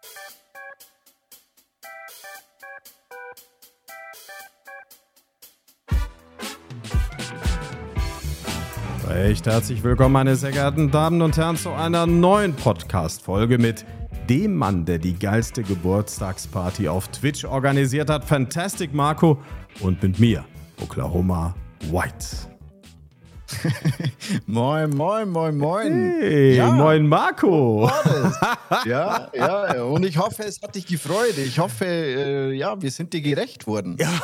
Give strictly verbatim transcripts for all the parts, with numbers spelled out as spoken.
Recht herzlich willkommen, meine sehr geehrten Damen und Herren, zu einer neuen Podcast-Folge mit dem Mann, der die geilste Geburtstagsparty auf Twitch organisiert hat, Fantastic Marco, und mit mir, Oklahoma White. Moin, moin, moin, moin. Hey, ja. Moin Marco. Ja, ja, und ich hoffe, es hat dich gefreut. Ich hoffe, äh, ja, wir sind dir gerecht worden. Ja.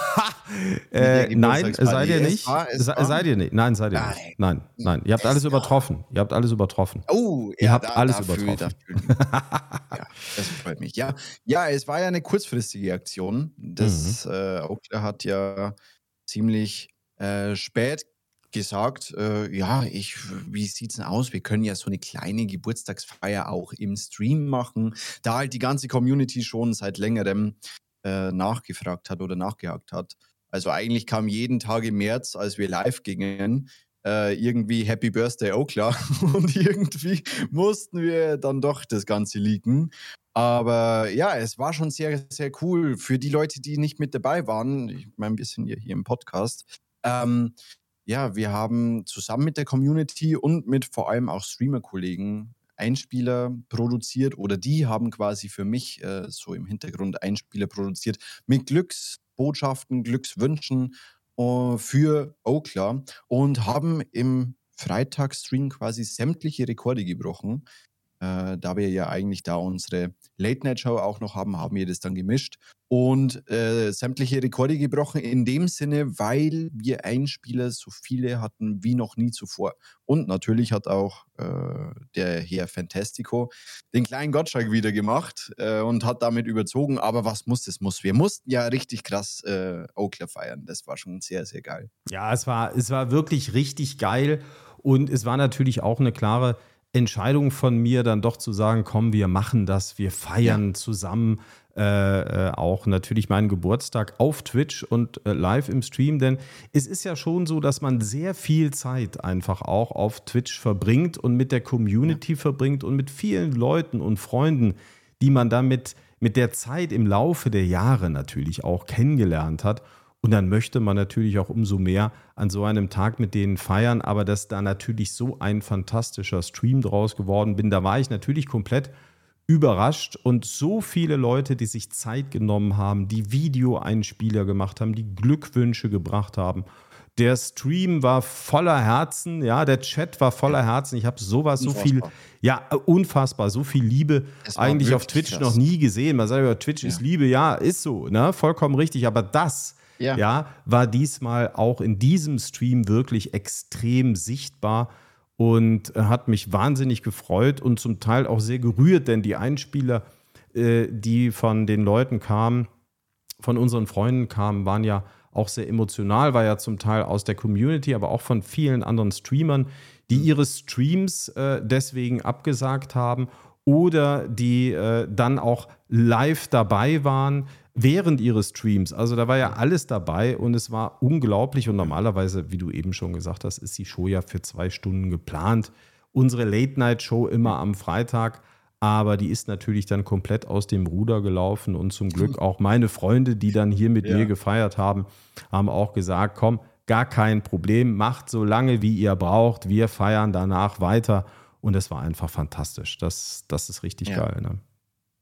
äh, nein, seid ihr nicht. Es war, es war. Seid ihr nicht. Nein, seid ihr nein. nicht. Nein, nein. Ihr habt es alles war. übertroffen. Ihr habt alles übertroffen. Oh, ihr ja, habt da, alles dafür, übertroffen. Dafür. Ja, das freut mich. Ja, ja, es war ja eine kurzfristige Aktion. Das mhm. äh, Oakler hat ja ziemlich äh, spät gesagt, äh, ja, ich, wie sieht's denn aus? Wir können ja so eine kleine Geburtstagsfeier auch im Stream machen, da halt die ganze Community schon seit längerem äh, nachgefragt hat oder nachgehakt hat. Also eigentlich kam jeden Tag im März, als wir live gingen, äh, irgendwie Happy Birthday Oakler und irgendwie mussten wir dann doch das Ganze leaken. Aber ja, es war schon sehr, sehr cool für die Leute, die nicht mit dabei waren. Ich meine, wir sind ja hier im Podcast. Ähm, Ja, wir haben zusammen mit der Community und mit vor allem auch Streamer-Kollegen Einspieler produziert, oder die haben quasi für mich äh, so im Hintergrund Einspieler produziert mit Glücksbotschaften, Glückswünschen äh, für Oakler und haben im Freitagsstream quasi sämtliche Rekorde gebrochen. Äh, da wir ja eigentlich da unsere Late-Night-Show auch noch haben, haben wir das dann gemischt und äh, sämtliche Rekorde gebrochen in dem Sinne, weil wir Einspieler so viele hatten wie noch nie zuvor. Und natürlich hat auch äh, der Herr Fantastico den kleinen Gottschalk wieder gemacht äh, und hat damit überzogen. Aber was muss, das muss. Wir mussten ja richtig krass äh, Oakler feiern. Das war schon sehr, sehr geil. Ja, es war, es war wirklich richtig geil und es war natürlich auch eine klare Entscheidung von mir, dann doch zu sagen, komm, wir machen das, wir feiern ja. zusammen äh, äh, auch natürlich meinen Geburtstag auf Twitch und äh, live im Stream, denn es ist ja schon so, dass man sehr viel Zeit einfach auch auf Twitch verbringt und mit der Community ja. verbringt und mit vielen Leuten und Freunden, die man damit mit der Zeit im Laufe der Jahre natürlich auch kennengelernt hat. Und dann möchte man natürlich auch umso mehr an so einem Tag mit denen feiern. Aber dass da natürlich so ein fantastischer Stream draus geworden bin, da war ich natürlich komplett überrascht. Und so viele Leute, die sich Zeit genommen haben, die Videoeinspieler gemacht haben, die Glückwünsche gebracht haben. Der Stream war voller Herzen, ja, der Chat war voller Herzen. Ich habe sowas, so viel, ja, unfassbar, so viel Liebe eigentlich auf Twitch krass. noch nie gesehen. Man sagt ja, Twitch ja. ist Liebe, ja, ist so, ne, vollkommen richtig. Aber das Ja. ja, war diesmal auch in diesem Stream wirklich extrem sichtbar und hat mich wahnsinnig gefreut und zum Teil auch sehr gerührt, denn die Einspieler, äh, die von den Leuten kamen, von unseren Freunden kamen, waren ja auch sehr emotional, war ja zum Teil aus der Community, aber auch von vielen anderen Streamern, die ihre Streams äh, deswegen abgesagt haben oder die äh, dann auch live dabei waren während ihres Streams. Also da war ja alles dabei und es war unglaublich. Und normalerweise, wie du eben schon gesagt hast, ist die Show ja für zwei Stunden geplant. Unsere Late-Night-Show immer am Freitag, aber die ist natürlich dann komplett aus dem Ruder gelaufen und zum Glück auch meine Freunde, die dann hier mit ja. mir gefeiert haben, haben auch gesagt, komm, gar kein Problem, macht so lange, wie ihr braucht, wir feiern danach weiter. Und es war einfach fantastisch. Das, das ist richtig ja. geil, ne?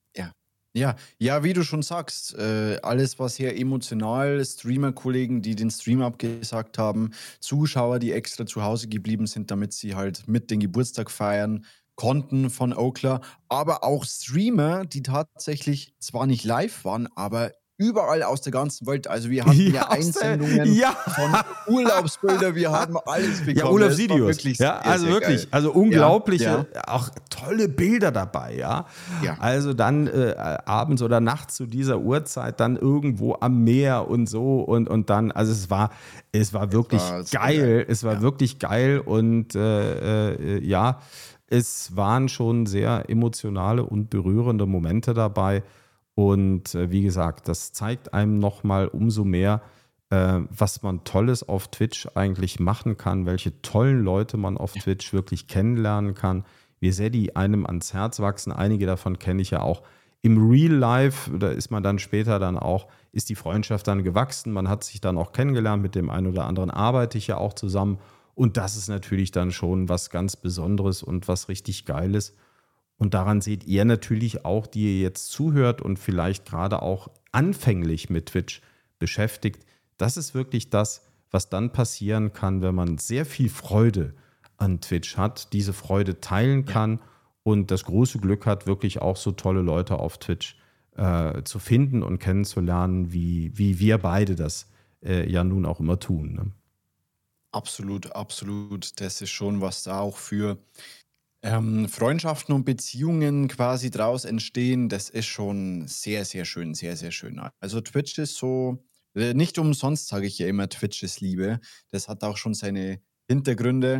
Ja, ja, wie du schon sagst, äh, alles war sehr emotional. Streamer-Kollegen, die den Stream abgesagt haben, Zuschauer, die extra zu Hause geblieben sind, damit sie halt mit den Geburtstag feiern konnten von Oakler, aber auch Streamer, die tatsächlich zwar nicht live waren, aber überall aus der ganzen Welt. Also wir hatten ja, ja Einsendungen ja. von Urlaubsbilder, wir haben alles bekommen. Ja, Urlaubsvideos. Ja, sehr, also sehr wirklich, geil. Also unglaubliche, ja, ja. auch tolle Bilder dabei, ja. ja. Also dann äh, abends oder nachts zu dieser Uhrzeit dann irgendwo am Meer und so und, und dann, also es war, es war wirklich es war geil. geil. Es war ja. wirklich geil und äh, äh, ja, es waren schon sehr emotionale und berührende Momente dabei. Und äh, wie gesagt, das zeigt einem nochmal umso mehr, äh, was man Tolles auf Twitch eigentlich machen kann, welche tollen Leute man auf Twitch wirklich kennenlernen kann, wie sehr die einem ans Herz wachsen. Einige davon kenne ich ja auch im Real Life, da ist man dann später dann auch, ist die Freundschaft dann gewachsen. Man hat sich dann auch kennengelernt, mit dem einen oder anderen arbeite ich ja auch zusammen. Und das ist natürlich dann schon was ganz Besonderes und was richtig Geiles. Und daran seht ihr natürlich auch, die ihr jetzt zuhört und vielleicht gerade auch anfänglich mit Twitch beschäftigt. Das ist wirklich das, was dann passieren kann, wenn man sehr viel Freude an Twitch hat, diese Freude teilen kann ja. und das große Glück hat, wirklich auch so tolle Leute auf Twitch äh, zu finden und kennenzulernen, wie, wie wir beide das äh, ja nun auch immer tun. Ne? Absolut, absolut. Das ist schon, was da auch für ähm, Freundschaften und Beziehungen quasi draus entstehen. Das ist schon sehr, sehr schön, sehr, sehr schön. Also Twitch ist so, äh, nicht umsonst sage ich ja immer, Twitch ist Liebe. Das hat auch schon seine Hintergründe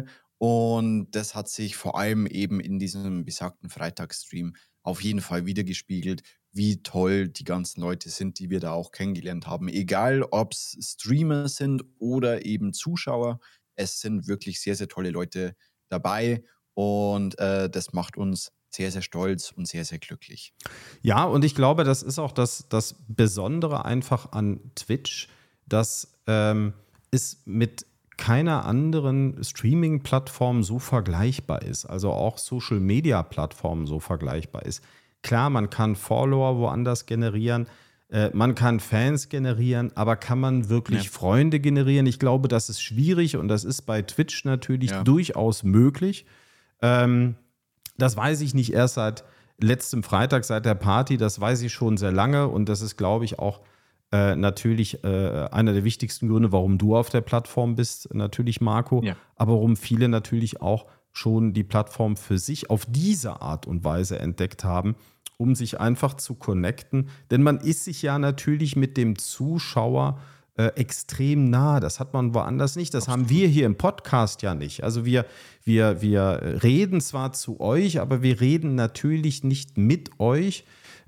und das hat sich vor allem eben in diesem besagten Freitagsstream auf jeden Fall wiedergespiegelt, wie toll die ganzen Leute sind, die wir da auch kennengelernt haben. Egal, ob es Streamer sind oder eben Zuschauer, es sind wirklich sehr, sehr tolle Leute dabei und äh, das macht uns sehr, sehr stolz und sehr, sehr glücklich. Ja, und ich glaube, das ist auch das, das Besondere einfach an Twitch, dass ähm, es mit keiner anderen Streaming-Plattform so vergleichbar ist, also auch Social-Media-Plattformen so vergleichbar ist. Klar, man kann Follower woanders generieren, äh, man kann Fans generieren, aber kann man wirklich ja. Freunde generieren? Ich glaube, das ist schwierig und das ist bei Twitch natürlich ja. durchaus möglich. Ähm, das weiß ich nicht erst seit letztem Freitag, seit der Party, das weiß ich schon sehr lange und das ist, glaube ich, auch Äh, natürlich äh, einer der wichtigsten Gründe, warum du auf der Plattform bist, natürlich Marco, ja. aber warum viele natürlich auch schon die Plattform für sich auf diese Art und Weise entdeckt haben, um sich einfach zu connecten. Denn man ist sich ja natürlich mit dem Zuschauer äh, extrem nah. Das hat man woanders nicht. Das Absolut. Haben wir hier im Podcast ja nicht. Also wir, wir, wir reden zwar zu euch, aber wir reden natürlich nicht mit euch.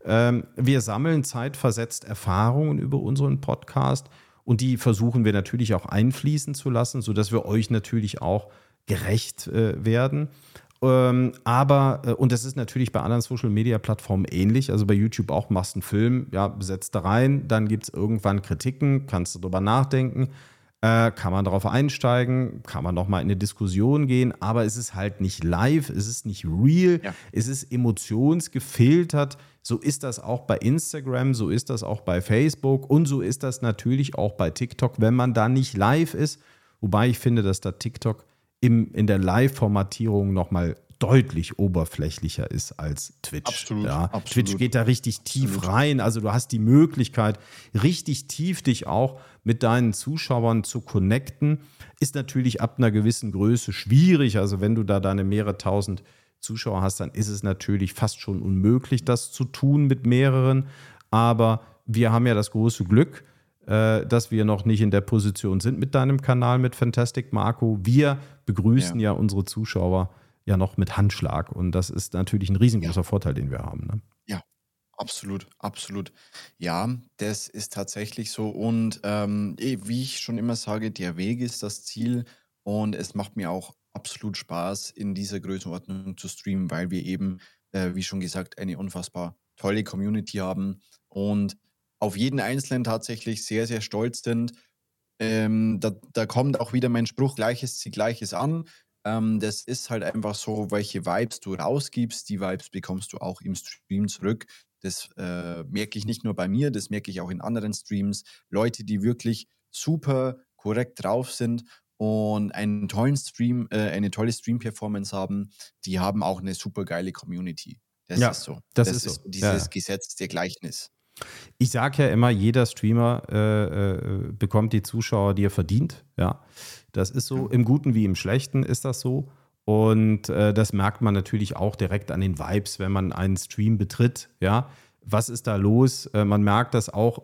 Wir sammeln zeitversetzt Erfahrungen über unseren Podcast und die versuchen wir natürlich auch einfließen zu lassen, sodass wir euch natürlich auch gerecht werden. Aber, und das ist natürlich bei anderen Social-Media-Plattformen ähnlich, also bei YouTube auch, machst einen Film, ja, setzt da rein, dann gibt es irgendwann Kritiken, kannst du drüber nachdenken, äh, kann man darauf einsteigen, kann man nochmal in eine Diskussion gehen, aber es ist halt nicht live, es ist nicht real, ja. es ist emotionsgefiltert. So ist das auch bei Instagram, so ist das auch bei Facebook und so ist das natürlich auch bei TikTok, wenn man da nicht live ist. Wobei ich finde, dass da TikTok im, in der Live-Formatierung nochmal deutlich oberflächlicher ist als Twitch. Absolut, ja. absolut. Twitch geht da richtig tief absolut. rein. Also du hast die Möglichkeit, richtig tief dich auch mit deinen Zuschauern zu connecten. Ist natürlich ab einer gewissen Größe schwierig. Also wenn du da deine mehrere tausend Zuschauer hast, dann ist es natürlich fast schon unmöglich, das zu tun mit mehreren. Aber wir haben ja das große Glück, äh, dass wir noch nicht in der Position sind mit deinem Kanal, mit Fantastic Marco. Wir begrüßen ja, ja unsere Zuschauer ja noch mit Handschlag. Und das ist natürlich ein riesengroßer ja. Vorteil, den wir haben. Ne? Ja, absolut, absolut. Ja, das ist tatsächlich so. Und ähm, wie ich schon immer sage, der Weg ist das Ziel. Und es macht mir auch absolut Spaß, in dieser Größenordnung zu streamen, weil wir eben, äh, wie schon gesagt, eine unfassbar tolle Community haben und auf jeden Einzelnen tatsächlich sehr, sehr stolz sind. Ähm, da, da kommt auch wieder mein Spruch, Gleiches zieht Gleiches an. Ähm, das ist halt einfach so, welche Vibes du rausgibst, die Vibes bekommst du auch im Stream zurück. Das äh, merke ich nicht nur bei mir, das merke ich auch in anderen Streams. Leute, die wirklich super korrekt drauf sind und einen tollen Stream, äh, eine tolle Stream-Performance haben, die haben auch eine super geile Community. Das ja, ist so. Das, das ist, ist so. dieses ja. Gesetz der Gleichnis. Ich sage ja immer, jeder Streamer äh, äh, bekommt die Zuschauer, die er verdient. Ja, das ist so. Im Guten wie im Schlechten ist das so. Und äh, das merkt man natürlich auch direkt an den Vibes, wenn man einen Stream betritt. Ja, was ist da los? Äh, man merkt das auch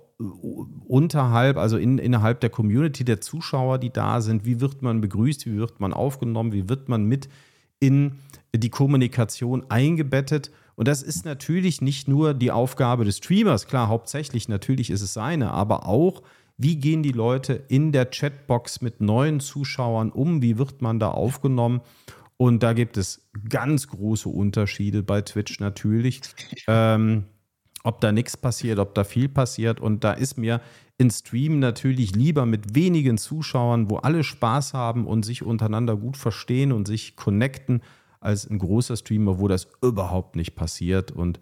unterhalb, also in, innerhalb der Community der Zuschauer, die da sind. Wie wird man begrüßt? Wie wird man aufgenommen? Wie wird man mit in die Kommunikation eingebettet? Und das ist natürlich nicht nur die Aufgabe des Streamers, klar, hauptsächlich natürlich ist es seine, aber auch, wie gehen die Leute in der Chatbox mit neuen Zuschauern um, wie wird man da aufgenommen? Und da gibt es ganz große Unterschiede bei Twitch natürlich. ähm, ob da nichts passiert, ob da viel passiert. Und da ist mir in Stream natürlich lieber mit wenigen Zuschauern, wo alle Spaß haben und sich untereinander gut verstehen und sich connecten, als ein großer Streamer, wo das überhaupt nicht passiert. Und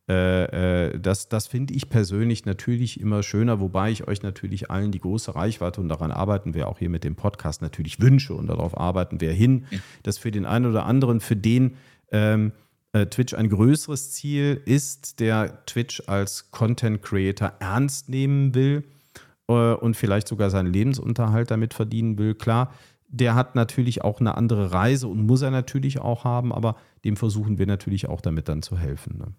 äh, äh, das, das finde ich persönlich natürlich immer schöner, wobei ich euch natürlich allen die große Reichweite, und daran arbeiten wir auch hier mit dem Podcast, natürlich wünsche, und darauf arbeiten wir hin, dass für den einen oder anderen, für den ähm, äh, Twitch ein größeres Ziel ist, der Twitch als Content Creator ernst nehmen will äh, und vielleicht sogar seinen Lebensunterhalt damit verdienen will. Klar, der hat natürlich auch eine andere Reise und muss er natürlich auch haben, aber dem versuchen wir natürlich auch damit dann zu helfen. Ne?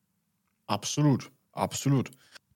Absolut, absolut.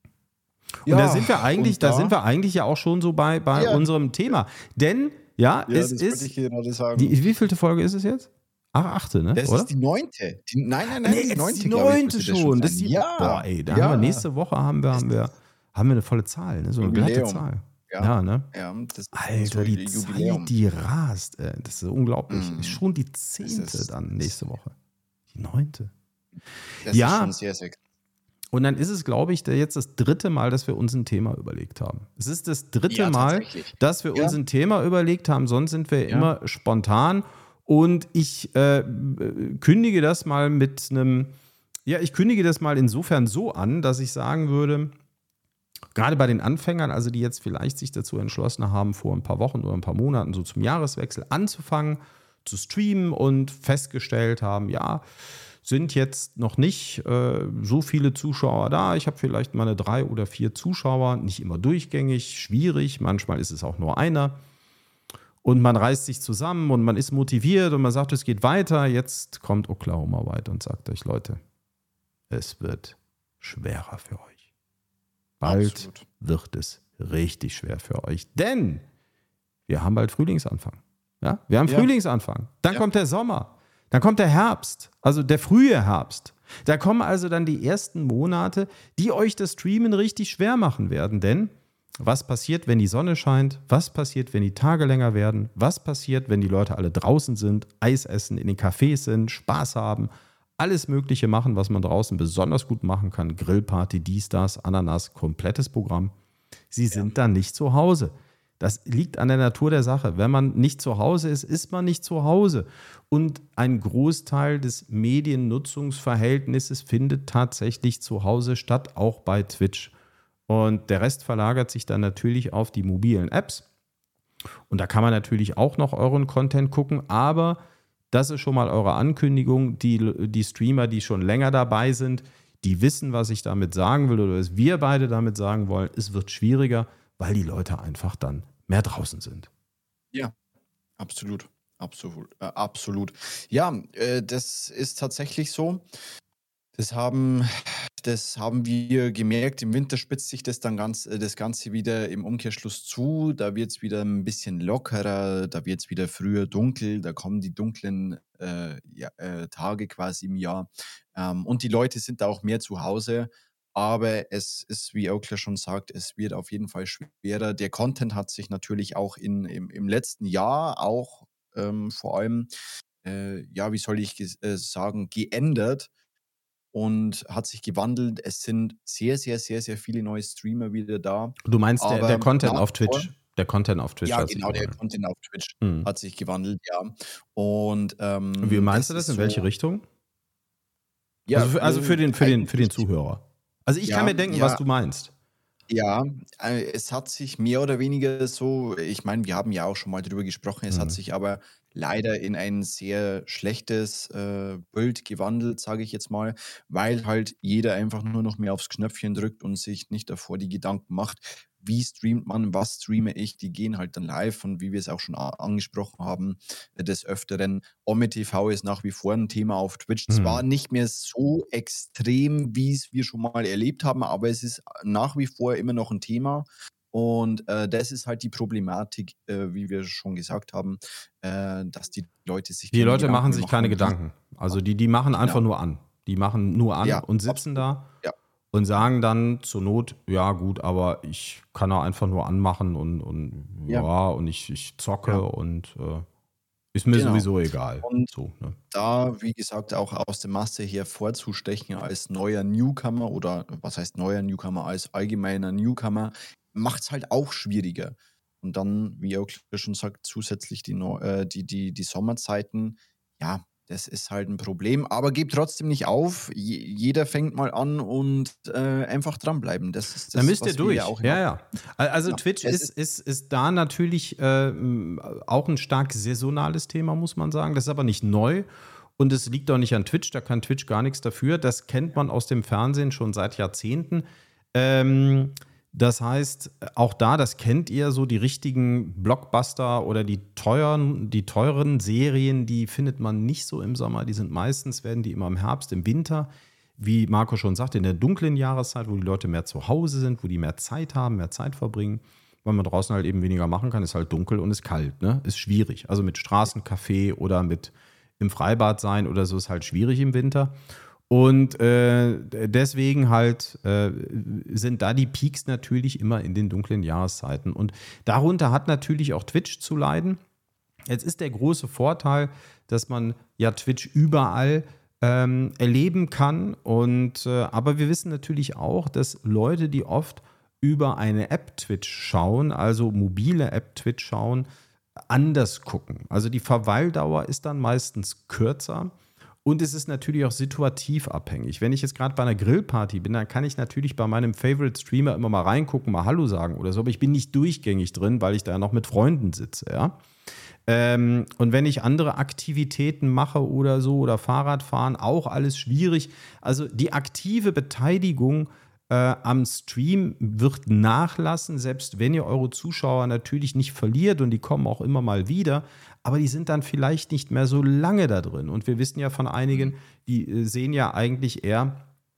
Und ja, da sind wir eigentlich, da, da sind wir eigentlich ja auch schon so bei, bei ja. unserem Thema. Denn, ja, ja es ist. Ich gerade sagen. Die, wie vielte Folge ist es jetzt? Ach, achte, ne? Das Oder? ist die neunte. Die, nein, nein, nein, nee, die neunte, die neunte ich, schon. Das ist die, ja. Boah, ey, da ja. haben wir nächste Woche haben wir, haben wir, haben wir eine volle Zahl, ne? So eine glatte Zahl. Ja, ja, ne? Ja, das Alter, die Zeit, die rast. Ey. Das ist unglaublich. Mm. Ist schon die zehnte ist, dann nächste Woche. Die neunte. Das ja. ist schon sehr, sehr. Und dann ist es, glaube ich, jetzt das dritte Mal, dass wir uns ein Thema überlegt haben. Es ist das dritte ja, Mal, dass wir ja. uns ein Thema überlegt haben. Sonst sind wir ja. immer spontan. Und ich äh, kündige das mal mit einem, ja, ich kündige das mal insofern so an, dass ich sagen würde, gerade bei den Anfängern, also die jetzt vielleicht sich dazu entschlossen haben, vor ein paar Wochen oder ein paar Monaten so zum Jahreswechsel anzufangen, zu streamen und festgestellt haben, ja, sind jetzt noch nicht äh, so viele Zuschauer da. Ich habe vielleicht mal eine drei oder vier Zuschauer, nicht immer durchgängig, schwierig. Manchmal ist es auch nur einer. Und man reißt sich zusammen und man ist motiviert und man sagt, es geht weiter. Jetzt kommt Oklahoma White und sagt euch, Leute, es wird schwerer für euch. Bald Absolut. Wird es richtig schwer für euch, denn wir haben bald Frühlingsanfang. Ja? Wir haben ja. Frühlingsanfang. Dann ja. kommt der Sommer. Dann kommt der Herbst, also der frühe Herbst. Da kommen also dann die ersten Monate, die euch das Streamen richtig schwer machen werden. Denn was passiert, wenn die Sonne scheint? Was passiert, wenn die Tage länger werden? Was passiert, wenn die Leute alle draußen sind, Eis essen, in den Cafés sind, Spaß haben? Alles Mögliche machen, was man draußen besonders gut machen kann. Grillparty, dies, das, Ananas, komplettes Programm. Sie sind ja. dann nicht zu Hause. Das liegt an der Natur der Sache. Wenn man nicht zu Hause ist, ist man nicht zu Hause. Und ein Großteil des Mediennutzungsverhältnisses findet tatsächlich zu Hause statt, auch bei Twitch. Und der Rest verlagert sich dann natürlich auf die mobilen Apps. Und da kann man natürlich auch noch euren Content gucken, aber das ist schon mal eure Ankündigung. Die, die Streamer, die schon länger dabei sind, die wissen, was ich damit sagen will oder was wir beide damit sagen wollen. Es wird schwieriger, weil die Leute einfach dann mehr draußen sind. Ja, absolut. Absolut. Äh, absolut. Ja, äh, das ist tatsächlich so. Das haben, das haben wir gemerkt. Im Winter spitzt sich das dann ganz, das Ganze wieder im Umkehrschluss zu. Da wird es wieder ein bisschen lockerer, da wird es wieder früher dunkel, da kommen die dunklen äh, ja, äh, Tage quasi im Jahr. Ähm, und die Leute sind da auch mehr zu Hause. Aber es ist, wie Oakler schon sagt, es wird auf jeden Fall schwerer. Der Content hat sich natürlich auch in, im, im letzten Jahr auch ähm, vor allem, äh, ja, wie soll ich ges- äh, sagen, geändert. Und hat sich gewandelt. Es sind sehr, sehr, sehr, sehr viele neue Streamer wieder da. Du meinst der, Aber der Content nach auf wie vor- Twitch? Der Content auf Twitch Ja, hat sich genau, der gewandelt. Content auf Twitch Hm. hat sich gewandelt, ja. Und ähm, Und wie meinst du das? ist In so- welche Richtung? Ja, also für, also für, den, für, den, für den eigentlich- Zuhörer. Also ich Ja, kann mir denken, ja. was du meinst. Ja, äh, es hat sich mehr oder weniger so, ich meine, wir haben ja auch schon mal drüber gesprochen, es Mhm. hat sich aber leider in ein sehr schlechtes äh, Bild gewandelt, sage ich jetzt mal, weil halt jeder einfach nur noch mehr aufs Knöpfchen drückt und sich nicht davor die Gedanken macht, wie streamt man, was streame ich, die gehen halt dann live und wie wir es auch schon a- angesprochen haben, äh, des Öfteren, Omme T V ist nach wie vor ein Thema auf Twitch, Mhm. zwar nicht mehr so extrem, wie es wir schon mal erlebt haben, aber es ist nach wie vor immer noch ein Thema. Und äh, das ist halt die Problematik, äh, wie wir schon gesagt haben, äh, dass die Leute sich Die keine Leute Gedanken machen sich keine wie- Gedanken. Also die, die machen einfach Genau. nur an. Die machen nur an Ja, und sitzen da Ja. und sagen dann zur Not, ja gut, aber ich kann auch einfach nur anmachen und, und ja, Ja. und ich, ich zocke Ja. und äh, Ist mir Genau. sowieso egal. Und So, ne? da, wie gesagt, auch aus der Masse hervorzustechen als neuer Newcomer oder was heißt neuer Newcomer, als allgemeiner Newcomer, macht's halt auch schwieriger. Und dann, wie ihr auch schon sagt, zusätzlich die Neu äh, die die die Sommerzeiten, ja, das ist halt 'n Problem, aber gebt trotzdem nicht auf. Je jeder fängt mal an und, äh, einfach dranbleiben. Das ist Da das, müsst ihr was wir ja durch. auch in Ja, Ab ja. Al also ja, Twitch es ist ist ist ist da natürlich, ähm, auch 'n stark saisonales Thema, muss man sagen. Das ist aber nicht neu und es liegt auch nicht an Twitch, da kann Twitch gar nix dafür. Das kennt man aus dem Fernsehen schon seit Jahrzehnten. Ähm, das heißt, auch da, das kennt ihr, so die richtigen Blockbuster oder die teuren die teuren Serien, die findet man nicht so im Sommer. Die sind meistens werden die immer im Herbst, im Winter, wie Marco schon sagte, in der dunklen Jahreszeit, wo die Leute mehr zu Hause sind, wo die mehr Zeit haben, mehr Zeit verbringen, weil man draußen halt eben weniger machen kann. Ist halt dunkel und ist kalt, ne? Ist schwierig. Also, mit Straßencafé oder mit im Freibad sein oder so ist halt schwierig im Winter. Und, äh, d deswegen halt, äh, sind da die Peaks natürlich immer in den dunklen Jahreszeiten. Und darunter hat natürlich auch Twitch zu leiden. Jetzt ist der große Vorteil, dass man ja Twitch überall, ähm, erleben kann und, äh aber wir wissen natürlich auch, dass Leute, die oft über eine App Twitch schauen, also mobile App Twitch schauen, anders gucken. Also, die Verweildauer ist dann meistens kürzer und es ist natürlich auch situativ abhängig. Wenn ich jetzt grad bei 'ner Grillparty bin, dann kann ich natürlich bei meinem Favorite Streamer immer mal reingucken, mal hallo sagen oder so, aber ich bin nicht durchgängig drin, weil ich da noch mit Freunden sitze, ja? Ähm, und wenn ich andere Aktivitäten mache oder so oder Fahrradfahren, auch alles schwierig. Also, die aktive Beteiligung, äh, am Stream wird nachlassen, selbst wenn ihr eure Zuschauer natürlich nicht verliert und die kommen auch immer mal wieder, aber die sind dann vielleicht nicht mehr so lange da drin. Und wir wissen ja von Mhm. einigen, die, äh, sehen ja eigentlich eher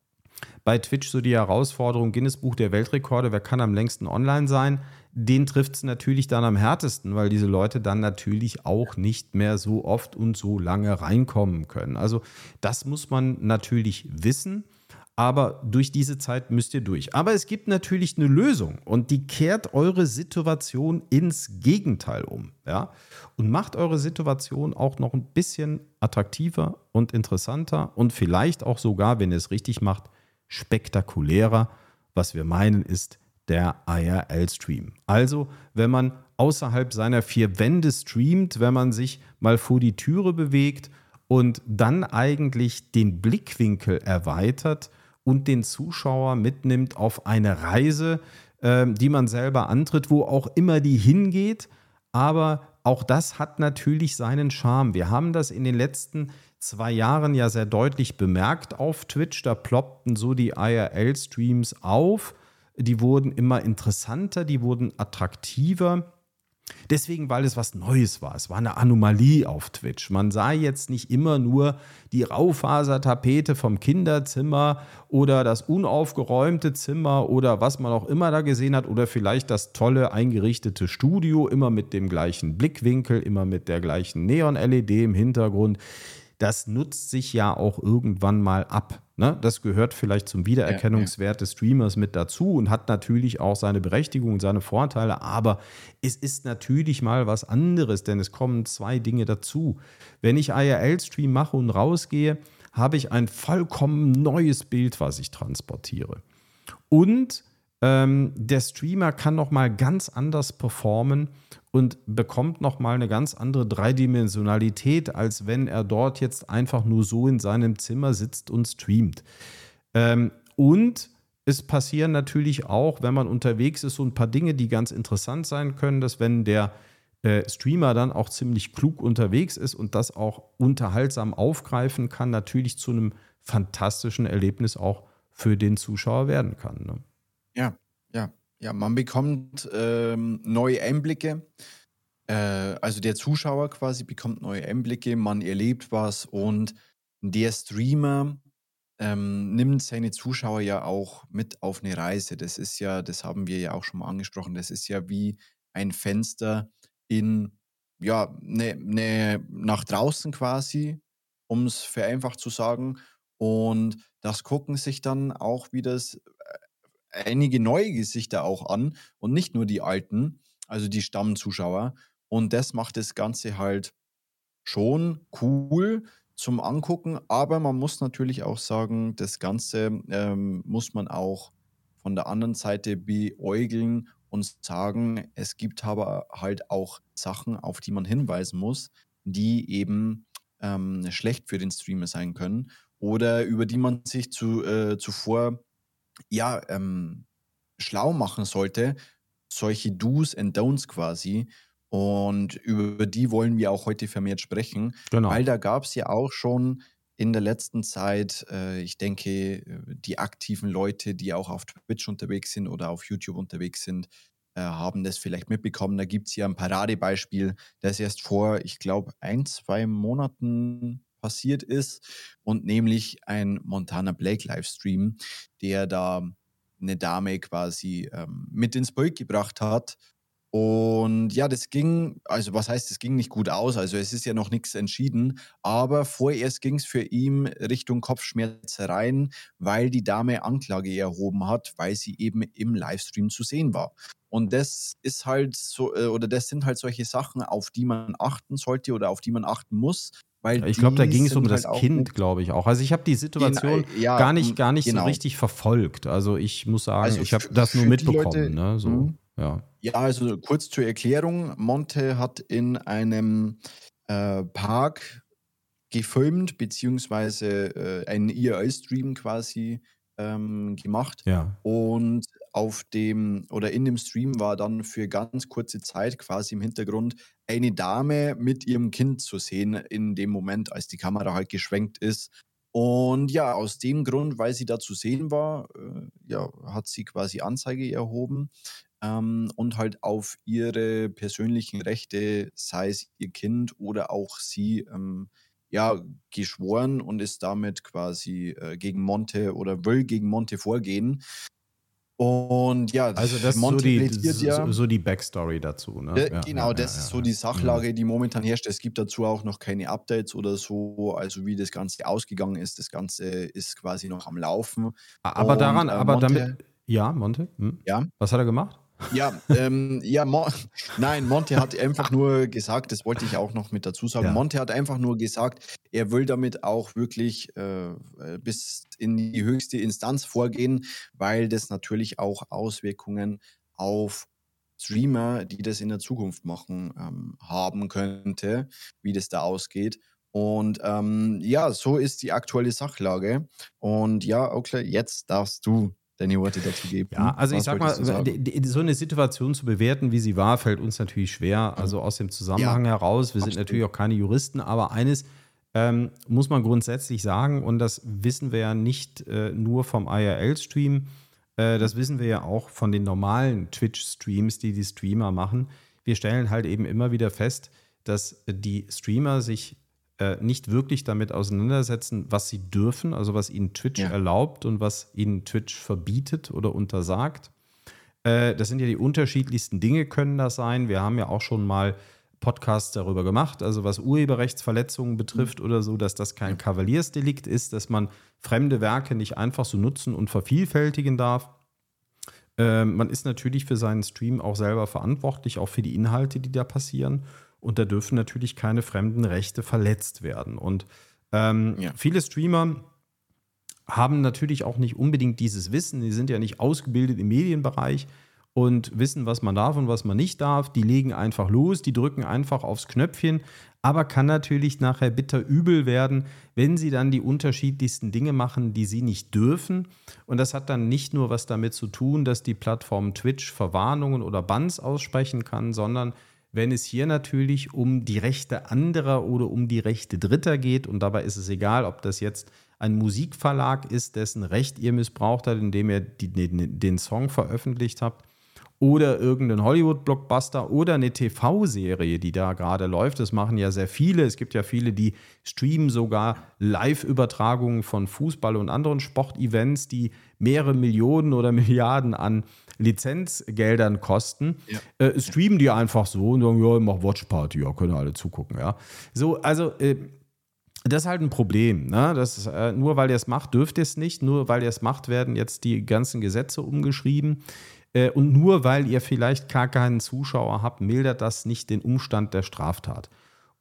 bei Twitch so die Herausforderung Guinness-Buch der Weltrekorde, wer kann am längsten online sein? Den trifft's natürlich dann am härtesten, weil diese Leute dann natürlich auch nicht mehr so oft und so lange reinkommen können. Also, das muss man natürlich wissen, aber durch diese Zeit müsst ihr durch. Aber es gibt natürlich 'ne Lösung und die kehrt eure Situation ins Gegenteil um, ja? Und macht eure Situation auch noch 'n bisschen attraktiver und interessanter und vielleicht auch sogar, wenn ihr's richtig macht, spektakulärer. Was wir meinen, ist der I R L-Stream. Also, wenn man außerhalb seiner vier Wände streamt, wenn man sich mal vor die Türe bewegt und dann eigentlich den Blickwinkel erweitert und den Zuschauer mitnimmt auf eine Reise, ähm, die man selber antritt, wo auch immer die hingeht. Aber auch das hat natürlich seinen Charme. Wir haben das in den letzten zwei Jahren ja sehr deutlich bemerkt auf Twitch. Da ploppten so die I R L-Streams auf. Die wurden immer interessanter, die wurden attraktiver. Deswegen, weil es was Neues war. Es war 'ne Anomalie auf Twitch. Man sah jetzt nicht immer nur die Raufasertapete vom Kinderzimmer oder das unaufgeräumte Zimmer oder was man auch immer da gesehen hat oder vielleicht das tolle eingerichtete Studio, immer mit dem gleichen Blickwinkel, immer mit der gleichen Neon-LED im Hintergrund. Das nutzt sich ja auch irgendwann mal ab, ne? Das gehört vielleicht zum Ja, ja. Wiedererkennungswert des Streamers mit dazu und hat natürlich auch seine Berechtigung und seine Vorteile, aber es ist natürlich mal was anderes, denn es kommen zwei Dinge dazu. Wenn ich I R L-Stream mache und rausgehe, habe ich ein vollkommen neues Bild, was ich transportiere. Und, ähm, der Streamer kann noch mal ganz anders performen und bekommt noch mal 'ne ganz andere Dreidimensionalität, als wenn er dort jetzt einfach nur so in seinem Zimmer sitzt und streamt. Ähm, und es passieren natürlich auch, wenn man unterwegs ist, so 'n paar Dinge, die ganz interessant sein können, dass wenn der, äh, Streamer dann auch ziemlich klug unterwegs ist und das auch unterhaltsam aufgreifen kann, natürlich zu 'nem fantastischen Erlebnis auch für den Zuschauer werden kann, ne? Ja, ja, ja, man bekommt, ähm, neue Einblicke. Äh, also, der Zuschauer quasi bekommt neue Einblicke, man erlebt was und der Streamer, ähm, nimmt seine Zuschauer ja auch mit auf 'ne Reise. Das ist ja das haben wir ja auch schon mal angesprochen. Das ist ja wie ein Fenster in ja, 'ne 'ne nach draußen quasi, um's vereinfacht zu sagen. Und das gucken sich dann auch wieder s äh, einige neue Gesichter auch an und nicht nur die alten, also die Stammzuschauer. Und das macht das Ganze halt schon cool zum Angucken, aber man muss natürlich auch sagen, das Ganze ähm, muss man auch von der anderen Seite beäugeln und sagen, es gibt aber halt auch Sachen, auf die man hinweisen muss, die eben ähm, schlecht für den Streamer sein können oder über die man sich zu, äh, zuvor ja, ähm, schlau machen sollte, solche Do's and Don'ts quasi. Und über die wollen wir auch heute vermehrt sprechen, weil Genau. da gab es ja auch schon in der letzten Zeit, äh, ich denke, äh, die aktiven Leute, die auch auf Twitch unterwegs sind oder auf YouTube unterwegs sind, äh, haben das vielleicht mitbekommen. Da gibt es ja ein Paradebeispiel, das erst vor, ich glaube, ein, zwei Monaten passiert ist und nämlich ein Montana Blake Livestream, der da eine Dame quasi ähm, mit ins Bild gebracht hat. Und ja, das ging, also was heißt, es ging nicht gut aus, also es ist ja noch nichts entschieden, aber vorerst ging es für ihn Richtung Kopfschmerzereien, weil die Dame Anklage erhoben hat, weil sie eben im Livestream zu sehen war. Und das ist halt so, äh, oder das sind halt solche Sachen, auf die man achten sollte oder auf die man achten muss, weil Ich glaube, da die ging es um sind halt das auch Kind, glaube ich auch. Also ich habe die gen Situation äh, ja, gar nicht, um gar nicht so genau. richtig verfolgt. Also ich muss sagen, Also ich habe f das nur für die mitbekommen, Leute ne? So, mhm. ja. Ja, also kurz zur Erklärung. Monte hat in einem, äh, Park gefilmt, beziehungsweise, äh, einen I R L-Stream quasi, ähm, gemacht. Ja. Und auf dem oder in dem Stream war dann für ganz kurze Zeit quasi im Hintergrund eine Dame mit ihrem Kind zu sehen in dem Moment, als die Kamera halt geschwenkt ist. Und ja, aus dem Grund, weil sie da zu sehen war, äh, ja, hat sie quasi Anzeige erhoben, ähm, und halt auf ihre persönlichen Rechte, sei es ihr Kind oder auch sie, ähm, ja, geschworen und ist damit quasi, äh, gegen Monte oder will gegen Monte vorgehen. Und ja, Also das ist so Monte die, plädiert so, ja so die Backstory dazu, ne? äh, Ja, ja, genau, ja, das ist ja, so ja. die Mhm. Sachlage, die momentan herrscht. Es gibt dazu auch noch keine Updates oder so, also wie das Ganze ausgegangen ist. Das Ganze ist quasi noch am Laufen. Aber Und, daran, äh, aber damit, Monte ja, Monte, hm? ja? Was hat er gemacht? Ja, ähm, ja, Mo nein, Monte hat einfach nur gesagt, das wollte ich auch noch mit dazu sagen. Ja. Monte hat einfach nur gesagt, er will damit auch wirklich äh, äh, bis in die höchste Instanz vorgehen, weil das natürlich auch Auswirkungen auf Streamer, die das in der Zukunft machen, ähm, haben könnte, wie das da ausgeht. Und ähm, ja, so ist die aktuelle Sachlage. Und ja, okay, jetzt darfst du deine Worte dazu Ja, geben. also ich Was sag wolltest du mal, sagen? d- d- so eine Situation zu bewerten, wie sie war, fällt uns natürlich schwer. Mhm. Also aus dem Ja, Zusammenhang heraus. Wir sind absolut. natürlich auch keine Juristen, aber eines ähm, muss man grundsätzlich sagen, und das wissen wir ja nicht äh, nur vom I R L-Stream, äh, Mhm. das wissen wir ja auch von den normalen Twitch-Streams, die die Streamer machen. Wir stellen halt eben immer wieder fest, dass die Streamer sich äh, nicht wirklich damit auseinandersetzen, was sie dürfen, also was ihnen Twitch Ja, erlaubt und was ihnen Twitch verbietet oder untersagt. Äh, das sind ja die unterschiedlichsten Dinge, können das sein. Wir haben ja auch schon mal Podcasts darüber gemacht, also was Urheberrechtsverletzungen mhm, betrifft oder so, dass das ja, kein Kavaliersdelikt ist, dass man fremde Werke nicht einfach so nutzen und vervielfältigen darf. Ähm, man ist natürlich für seinen Stream auch selber verantwortlich, auch für die Inhalte, die da passieren. Und da dürfen natürlich keine fremden Rechte verletzt werden. Und ähm, ja, viele Streamer haben natürlich auch nicht unbedingt dieses Wissen. Die sind ja nicht ausgebildet im Medienbereich und wissen, was man darf und was man nicht darf. Die legen einfach los, die drücken einfach aufs Knöpfchen, aber kann natürlich nachher bitter übel werden, wenn sie dann die unterschiedlichsten Dinge machen, die sie nicht dürfen. Und das hat dann nicht nur was damit zu tun, dass die Plattform Twitch Verwarnungen oder Bans aussprechen kann, sondern wenn es hier natürlich um die Rechte anderer oder um die Rechte Dritter geht, und dabei ist es egal, ob das jetzt ein Musikverlag ist, dessen Recht ihr missbraucht habt, indem ihr die, den, den Song veröffentlicht habt, oder irgendein Hollywood-Blockbuster oder eine T V-Serie, die da gerade läuft. Das machen ja sehr viele. Es gibt ja viele, die streamen sogar Live-Übertragungen von Fußball und anderen Sportevents, die mehrere Millionen oder Milliarden an Lizenzgeldern kosten. ja, Äh, ja, streamen die einfach so und sagen, ja, ich mach Watchparty, ja, können alle zugucken, ja. So, also äh, das ist halt ein Problem. Ne? Das, äh, nur weil ihr es macht, dürft ihr es nicht. Nur weil ihr es macht, werden jetzt die ganzen Gesetze umgeschrieben. Äh, und nur weil ihr vielleicht gar keinen Zuschauer habt, mildert das nicht den Umstand der Straftat.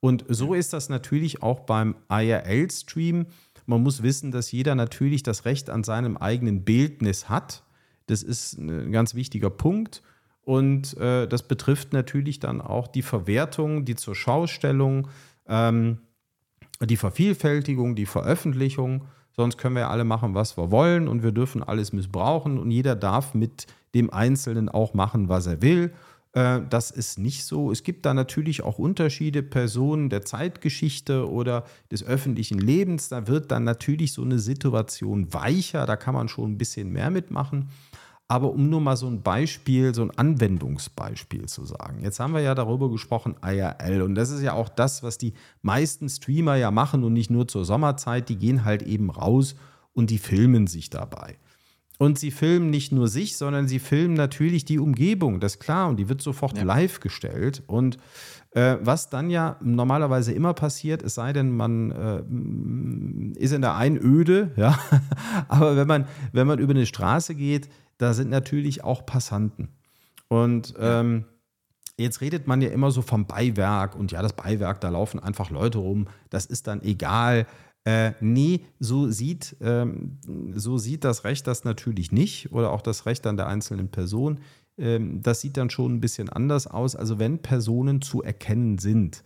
Und so ist das natürlich auch beim I R L-Stream. Man muss wissen, dass jeder natürlich das Recht an seinem eigenen Bildnis hat. Das ist ein ganz wichtiger Punkt. Und äh, das betrifft natürlich dann auch die Verwertung, die Zurschaustellung, ähm, die Vervielfältigung, die Veröffentlichung. Sonst können wir alle machen, was wir wollen und wir dürfen alles missbrauchen und jeder darf mit dem Einzelnen auch machen, was er will. Äh, das ist nicht so. Es gibt da natürlich auch Unterschiede, Personen der Zeitgeschichte oder des öffentlichen Lebens. Da wird dann natürlich so eine Situation weicher, da kann man schon ein bisschen mehr mitmachen. Aber um nur mal so ein Beispiel, so ein Anwendungsbeispiel zu sagen. Jetzt haben wir ja darüber gesprochen, I R L. Und das ist ja auch das, was die meisten Streamer ja machen und nicht nur zur Sommerzeit. Die gehen halt eben raus und die filmen sich dabei. Und sie filmen nicht nur sich, sondern sie filmen natürlich die Umgebung, das ist klar. Und die wird sofort ja. live gestellt. Und äh, was dann ja normalerweise immer passiert, es sei denn, man äh, ist in der Einöde, ja. Aber wenn man, wenn man über eine Straße geht, da sind natürlich auch Passanten. Und ähm, jetzt redet man ja immer so vom Beiwerk. Und ja, das Beiwerk, da laufen einfach Leute rum. Das ist dann egal. Äh, nee, so sieht, ähm, so sieht das Recht das natürlich nicht. Oder auch das Recht an der einzelnen Person. Ähm, das sieht dann schon ein bisschen anders aus. Also wenn Personen zu erkennen sind.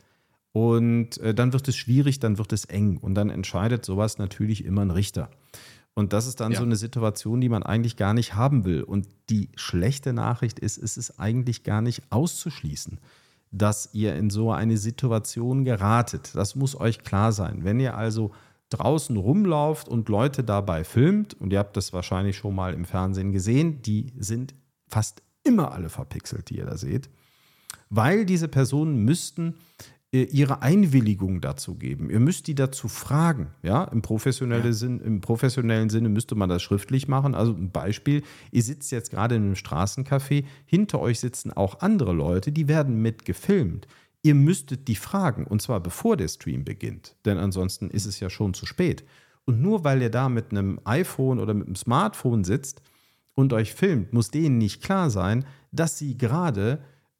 Und äh, dann wird es schwierig, dann wird es eng. Und dann entscheidet sowas natürlich immer ein Richter. Und das ist dann ja. so eine Situation, die man eigentlich gar nicht haben will. Und die schlechte Nachricht ist, es ist eigentlich gar nicht auszuschließen, dass ihr in so eine Situation geratet. Das muss euch klar sein. Wenn ihr also draußen rumlauft und Leute dabei filmt, und ihr habt das wahrscheinlich schon mal im Fernsehen gesehen, die sind fast immer alle verpixelt, die ihr da seht, weil diese Personen müssten ihre Einwilligung dazu geben. Ihr müsst die dazu fragen. Ja? Im, professionellen ja. Sinn, Im professionellen Sinne müsste man das schriftlich machen. Also ein Beispiel, ihr sitzt jetzt gerade in einem Straßencafé, hinter euch sitzen auch andere Leute, die werden mit gefilmt. Ihr müsstet die fragen, und zwar bevor der Stream beginnt, denn ansonsten ist es ja schon zu spät. Und nur weil ihr da mit einem iPhone oder mit einem Smartphone sitzt und euch filmt, muss denen nicht klar sein, dass sie gerade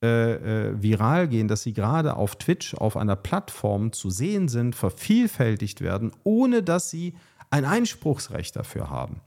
Äh, äh, viral gehen, dass sie gerade auf Twitch auf einer Plattform zu sehen sind, vervielfältigt werden, ohne dass sie ein Einspruchsrecht dafür haben.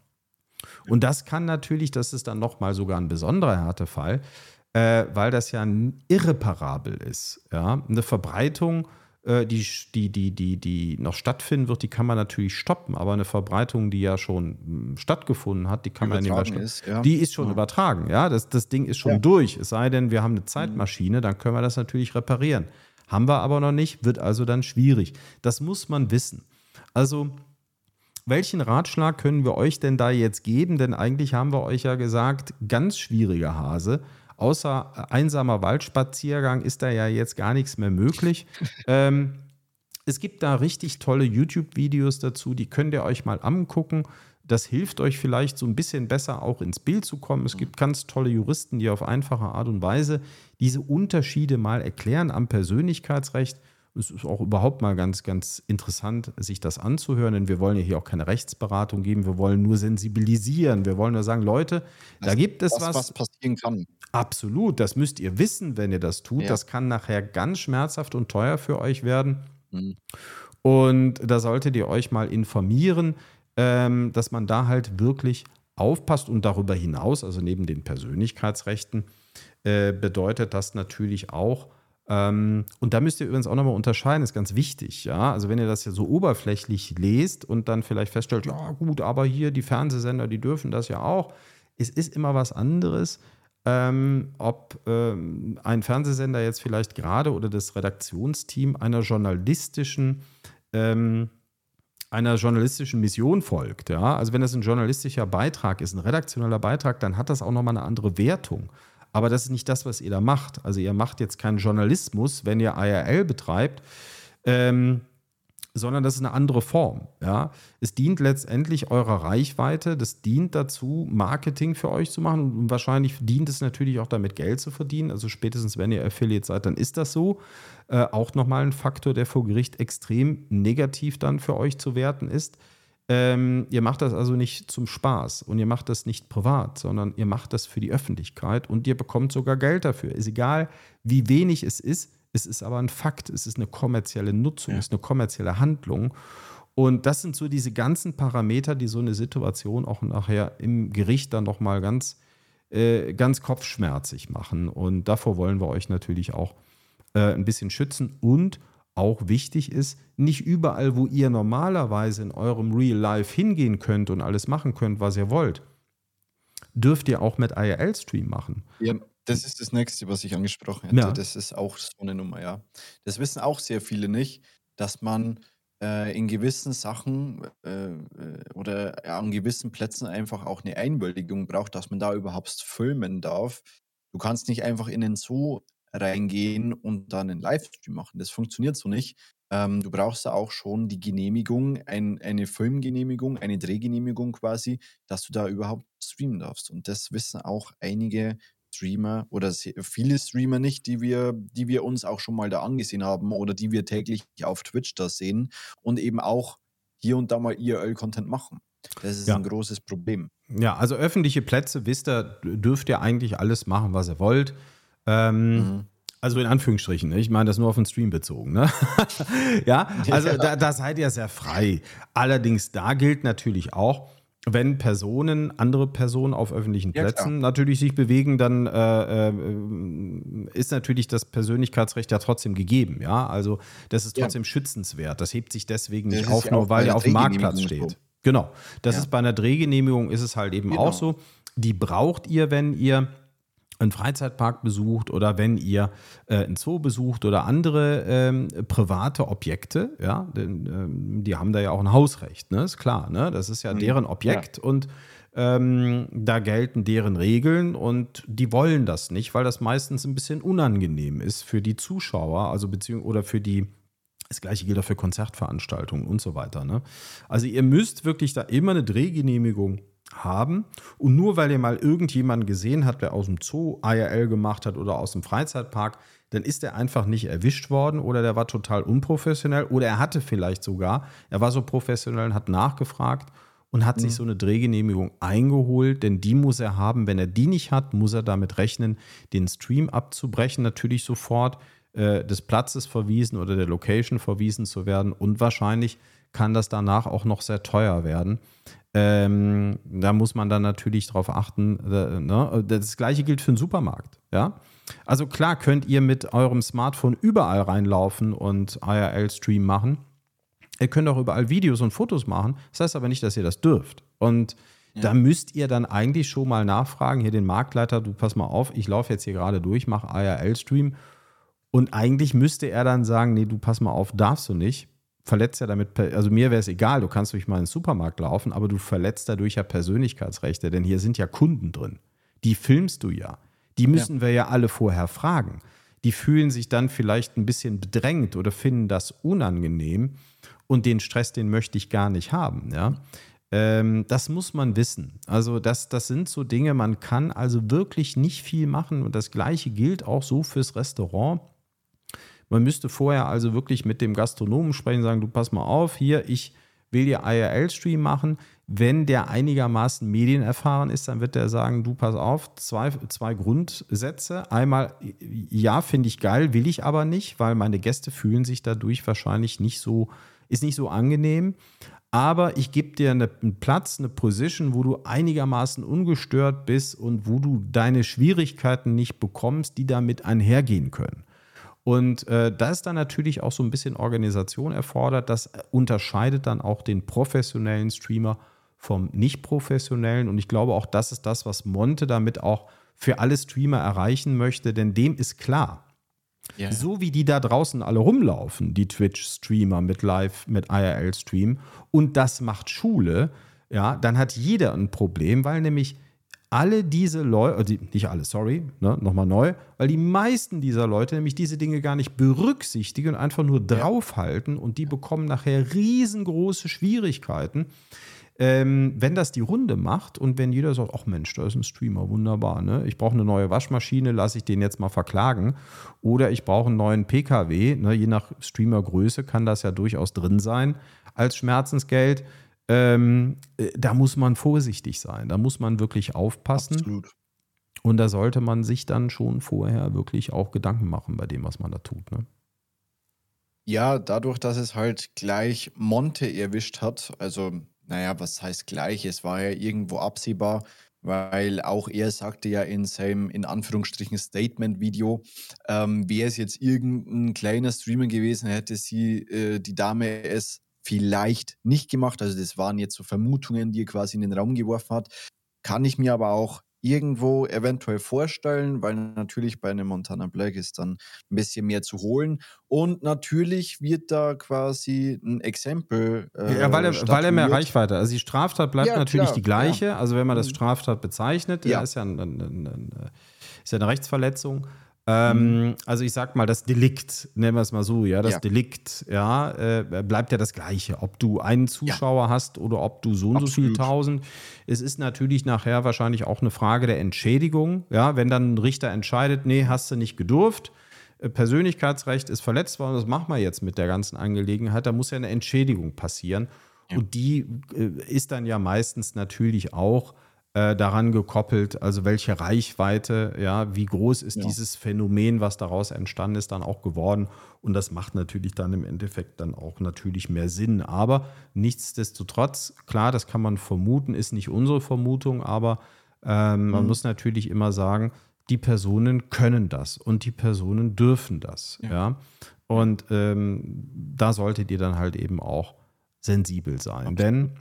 Und das kann natürlich, das ist dann nochmal sogar ein besonderer Härtefall, äh, weil das ja irreparabel ist. Ja? Eine Verbreitung, äh, die, die, die, die, die noch stattfinden wird, die kann man natürlich stoppen, aber eine Verbreitung, die ja schon mh, stattgefunden hat, die kann man nicht mehr stoppen. Ist, ja. Die ist schon ja. übertragen. Ja? Das, das Ding ist schon ja. durch. Es sei denn, wir haben eine Zeitmaschine, dann können wir das natürlich reparieren. Haben wir aber noch nicht, wird also dann schwierig. Das muss man wissen. Also, welchen Ratschlag können wir euch denn da jetzt geben? Denn eigentlich haben wir euch ja gesagt, ganz schwieriger Hase. Außer einsamer Waldspaziergang ist da ja jetzt gar nichts mehr möglich. ähm, es gibt da richtig tolle YouTube-Videos dazu, die könnt ihr euch mal angucken. Das hilft euch vielleicht so ein bisschen besser auch ins Bild zu kommen. Es gibt ganz tolle Juristen, die auf einfache Art und Weise diese Unterschiede mal erklären am Persönlichkeitsrecht. Es ist auch überhaupt mal ganz, ganz interessant, sich das anzuhören, denn wir wollen ja hier auch keine Rechtsberatung geben, wir wollen nur sensibilisieren, wir wollen nur sagen, Leute, das, da gibt es das, was, was passieren kann. Absolut, das müsst ihr wissen, wenn ihr das tut. Ja. Das kann nachher ganz schmerzhaft und teuer für euch werden. Mhm. Und da solltet ihr euch mal informieren, ähm, dass man da halt wirklich aufpasst und darüber hinaus, also neben den Persönlichkeitsrechten, äh, bedeutet das natürlich auch, Ähm, und da müsst ihr übrigens auch nochmal unterscheiden, ist ganz wichtig. Ja? Also wenn ihr das ja so oberflächlich lest und dann vielleicht feststellt, ja gut, aber hier die Fernsehsender, die dürfen das ja auch. Es ist immer was anderes, ähm, ob ähm, ein Fernsehsender jetzt vielleicht gerade oder das Redaktionsteam einer journalistischen ähm, einer journalistischen Mission folgt. Ja? Also wenn das ein journalistischer Beitrag ist, ein redaktioneller Beitrag, dann hat das auch nochmal eine andere Wertung. Aber das ist nicht das, was ihr da macht. Also ihr macht jetzt keinen Journalismus, wenn ihr I R L betreibt, ähm, sondern das ist eine andere Form. Ja? Es dient letztendlich eurer Reichweite, das dient dazu, Marketing für euch zu machen und wahrscheinlich dient es natürlich auch damit, Geld zu verdienen. Also spätestens, wenn ihr Affiliate seid, dann ist das so. Äh, auch nochmal ein Faktor, der vor Gericht extrem negativ dann für euch zu werten ist. Ähm, ihr macht das also nicht zum Spaß und ihr macht das nicht privat, sondern ihr macht das für die Öffentlichkeit und ihr bekommt sogar Geld dafür. Ist egal, wie wenig es ist, es ist aber ein Fakt, es ist eine kommerzielle Nutzung, Ja. es ist eine kommerzielle Handlung. Und das sind so diese ganzen Parameter, die so eine Situation auch nachher im Gericht dann nochmal ganz, äh, ganz kopfschmerzig machen. Und davor wollen wir euch natürlich auch äh, ein bisschen schützen. Und auch wichtig ist, nicht überall, wo ihr normalerweise in eurem Real Life hingehen könnt und alles machen könnt, was ihr wollt, dürft ihr auch mit I R L-Stream machen. Ja, das ist das Nächste, was ich angesprochen hätte. Ja, Das ist auch so eine Nummer, ja. Das wissen auch sehr viele nicht, dass man äh, in gewissen Sachen äh, äh, oder ja, an gewissen Plätzen einfach auch eine Einwilligung braucht, dass man da überhaupt filmen darf. Du kannst nicht einfach in den Zoo reingehen und dann einen Livestream machen. Das funktioniert so nicht. Ähm, du brauchst da auch schon die Genehmigung, ein, eine Filmgenehmigung, eine Drehgenehmigung quasi, dass du da überhaupt streamen darfst. Und das wissen auch einige Streamer oder se- viele Streamer nicht, die wir, die wir uns auch schon mal da angesehen haben oder die wir täglich auf Twitch da sehen und eben auch hier und da mal I R L-Content machen. Das ist ein ja. großes Problem. Ja, also öffentliche Plätze, wisst ihr, dürft ihr eigentlich alles machen, was ihr wollt. Ähm, Mhm. also in Anführungsstrichen, ne? Ich meine das nur auf den Stream bezogen. Ne? Ja, also da, da seid ihr sehr frei. Allerdings da gilt natürlich auch, wenn Personen, andere Personen auf öffentlichen Ja, klar. Plätzen natürlich sich bewegen, dann äh, äh, ist natürlich das Persönlichkeitsrecht ja trotzdem gegeben. Ja, also das ist Ja, trotzdem schützenswert. Das hebt sich deswegen das nicht ist auf, ja nur auch bei weil er einer auf dem Marktplatz Drehgenehmigung so. steht. Genau, das Ja, ist bei einer Drehgenehmigung ist es halt eben auch genau. so. Die braucht ihr, wenn ihr einen Freizeitpark besucht oder wenn ihr äh, einen Zoo besucht oder andere ähm, private Objekte, ja, denn, ähm, die haben da ja auch ein Hausrecht, ne, ist klar, ne? Das ist ja Mhm. deren Ja, Objekt und ähm, da gelten deren Regeln und die wollen das nicht, weil das meistens ein bisschen unangenehm ist für die Zuschauer, also beziehungsweise oder für die. Das gleiche gilt auch für Konzertveranstaltungen und so weiter. Ne? Also ihr müsst wirklich da immer eine Drehgenehmigung haben. Und nur weil ihr mal irgendjemanden gesehen habt, der aus dem Zoo I R L gemacht hat oder aus dem Freizeitpark, dann ist er einfach nicht erwischt worden oder der war total unprofessionell oder er hatte vielleicht sogar, er war so professionell und hat nachgefragt und hat sich mhm. so eine Drehgenehmigung eingeholt, denn die muss er haben. Wenn er die nicht hat, muss er damit rechnen, den Stream abzubrechen, natürlich sofort äh, des Platzes verwiesen oder der Location verwiesen zu werden und wahrscheinlich kann das danach auch noch sehr teuer werden. Ähm, da muss man dann natürlich drauf achten. Äh, ne? Das gleiche gilt für den Supermarkt. Ja? Also klar könnt ihr mit eurem Smartphone überall reinlaufen und I R L-Stream machen. Ihr könnt auch überall Videos und Fotos machen. Das heißt aber nicht, dass ihr das dürft. Und Ja, da müsst ihr dann eigentlich schon mal nachfragen, hier den Marktleiter, du pass mal auf, ich laufe jetzt hier gerade durch, mache I R L-Stream. Und eigentlich müsste er dann sagen, nee, du pass mal auf, darfst du nicht. Verletzt ja damit, also mir wäre es egal, du kannst durch meinen Supermarkt laufen, aber du verletzt dadurch ja Persönlichkeitsrechte, denn hier sind ja Kunden drin. Die filmst du ja. Die ja, müssen wir ja alle vorher fragen. Die fühlen sich dann vielleicht ein bisschen bedrängt oder finden das unangenehm und den Stress, den möchte ich gar nicht haben. Ja? Ähm, das muss man wissen. Also das, das sind so Dinge, man kann also wirklich nicht viel machen und das Gleiche gilt auch so fürs Restaurant. Man müsste vorher also wirklich mit dem Gastronomen sprechen, sagen, du pass mal auf, hier, ich will dir I R L-Stream machen. Wenn der einigermaßen medienerfahren ist, dann wird der sagen, du pass auf, zwei, zwei Grundsätze. Einmal, ja, finde ich geil, will ich aber nicht, weil meine Gäste fühlen sich dadurch wahrscheinlich nicht so, ist nicht so angenehm. Aber ich gebe dir eine, einen Platz, eine Position, wo du einigermaßen ungestört bist und wo du deine Schwierigkeiten nicht bekommst, die damit einhergehen können. Und äh, da ist dann natürlich auch so ein bisschen Organisation erfordert. Das unterscheidet dann auch den professionellen Streamer vom nicht-professionellen. Und ich glaube, auch das ist das, was Monte damit auch für alle Streamer erreichen möchte. Denn dem ist klar, ja, so wie die da draußen alle rumlaufen, die Twitch-Streamer mit Live, mit I R L-Stream, und das macht Schule, ja, dann hat jeder ein Problem, weil nämlich alle diese Leute, nicht alle, sorry, ne, nochmal neu, weil die meisten dieser Leute nämlich diese Dinge gar nicht berücksichtigen und einfach nur ja, draufhalten und die bekommen nachher riesengroße Schwierigkeiten, ähm, wenn das die Runde macht und wenn jeder sagt, ach Mensch, da ist ein Streamer, wunderbar, ne? Ich brauche eine neue Waschmaschine, lasse ich den jetzt mal verklagen oder ich brauche einen neuen P K W, ne? Je nach Streamergröße kann das ja durchaus drin sein als Schmerzensgeld. Ähm, äh, da muss man vorsichtig sein, da muss man wirklich aufpassen. absolut. Und da sollte man sich dann schon vorher wirklich auch Gedanken machen bei dem, was man da tut. Ne? Ja, dadurch, dass es halt gleich Monte erwischt hat, also, naja, was heißt gleich? Es war ja irgendwo absehbar, weil auch er sagte ja in seinem, in Anführungsstrichen, Statement-Video, ähm, wäre es jetzt irgendein kleiner Streamer gewesen, hätte sie, äh, die Dame es vielleicht nicht gemacht. Also das waren jetzt so Vermutungen, die er quasi in den Raum geworfen hat. Kann ich mir aber auch irgendwo eventuell vorstellen, weil natürlich bei einem Montana Black ist dann ein bisschen mehr zu holen. Und natürlich wird da quasi ein Exempel Ja, weil äh, er, weil er mehr statuiert. Reichweite hat. Also die Straftat bleibt Ja, natürlich die klar, ja. gleiche. Also wenn man das Mhm. Straftat bezeichnet, ja, Ja. ist ja, ein, ein, ein, ein, ist ja eine Rechtsverletzung. Mhm. Ähm, also ich sag mal, das Delikt, nennen wir es mal so, ja, das Ja. Delikt, ja, äh, bleibt ja das Gleiche. Ob du einen Zuschauer hast oder ob du so und so viel Absolut. tausend. Es ist natürlich nachher wahrscheinlich auch eine Frage der Entschädigung. Ja, wenn dann ein Richter entscheidet, nee, hast du nicht gedurft. äh, Persönlichkeitsrecht ist verletzt worden, was machen wir jetzt mit der ganzen Angelegenheit? Da muss ja eine Entschädigung passieren. Ja. Und die äh, ist dann ja meistens natürlich auch äh, daran gekoppelt, also welche Reichweite, ja, wie groß ist Ja. dieses Phänomen, was daraus entstanden ist, dann auch geworden. Und das macht natürlich dann im Endeffekt dann auch natürlich mehr Sinn. Aber nichtsdestotrotz, klar, das kann man vermuten, ist nicht unsere Vermutung, aber ähm, man Mhm. muss natürlich immer sagen, die Personen können das und die Personen dürfen das. Ja. Ja. Und ähm, da solltet ihr dann halt eben auch sensibel sein. Denn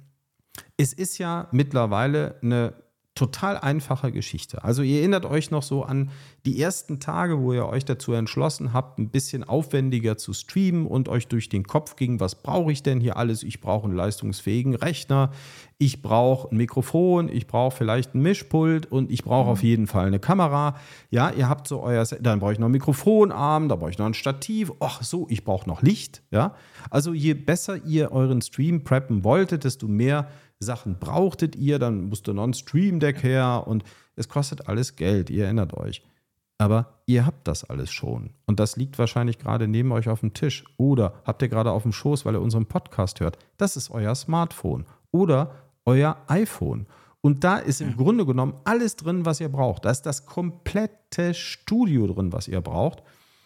es ist ja mittlerweile eine total einfache Geschichte. Also ihr erinnert euch noch so an die ersten Tage, wo ihr euch dazu entschlossen habt, ein bisschen aufwendiger zu streamen und euch durch den Kopf ging, was brauche ich denn hier alles? Ich brauche einen leistungsfähigen Rechner, ich brauche ein Mikrofon, ich brauche vielleicht ein Mischpult und ich brauche auf jeden Fall eine Kamera. Ja, ihr habt so euer, dann brauche ich noch einen Mikrofonarm, da brauche ich noch ein Stativ. Ach so, ich brauche noch Licht. Ja, also je besser ihr euren Stream preppen wolltet, desto mehr Sachen brauchtet ihr, dann musste noch ein Stream Deck her und es kostet alles Geld, ihr erinnert euch. Aber ihr habt das alles schon. Und das liegt wahrscheinlich gerade neben euch auf dem Tisch. Oder habt ihr gerade auf dem Schoß, weil ihr unseren Podcast hört. Das ist euer Smartphone oder euer iPhone. Und da ist im Grunde genommen alles drin, was ihr braucht. Da ist das komplette Studio drin, was ihr braucht.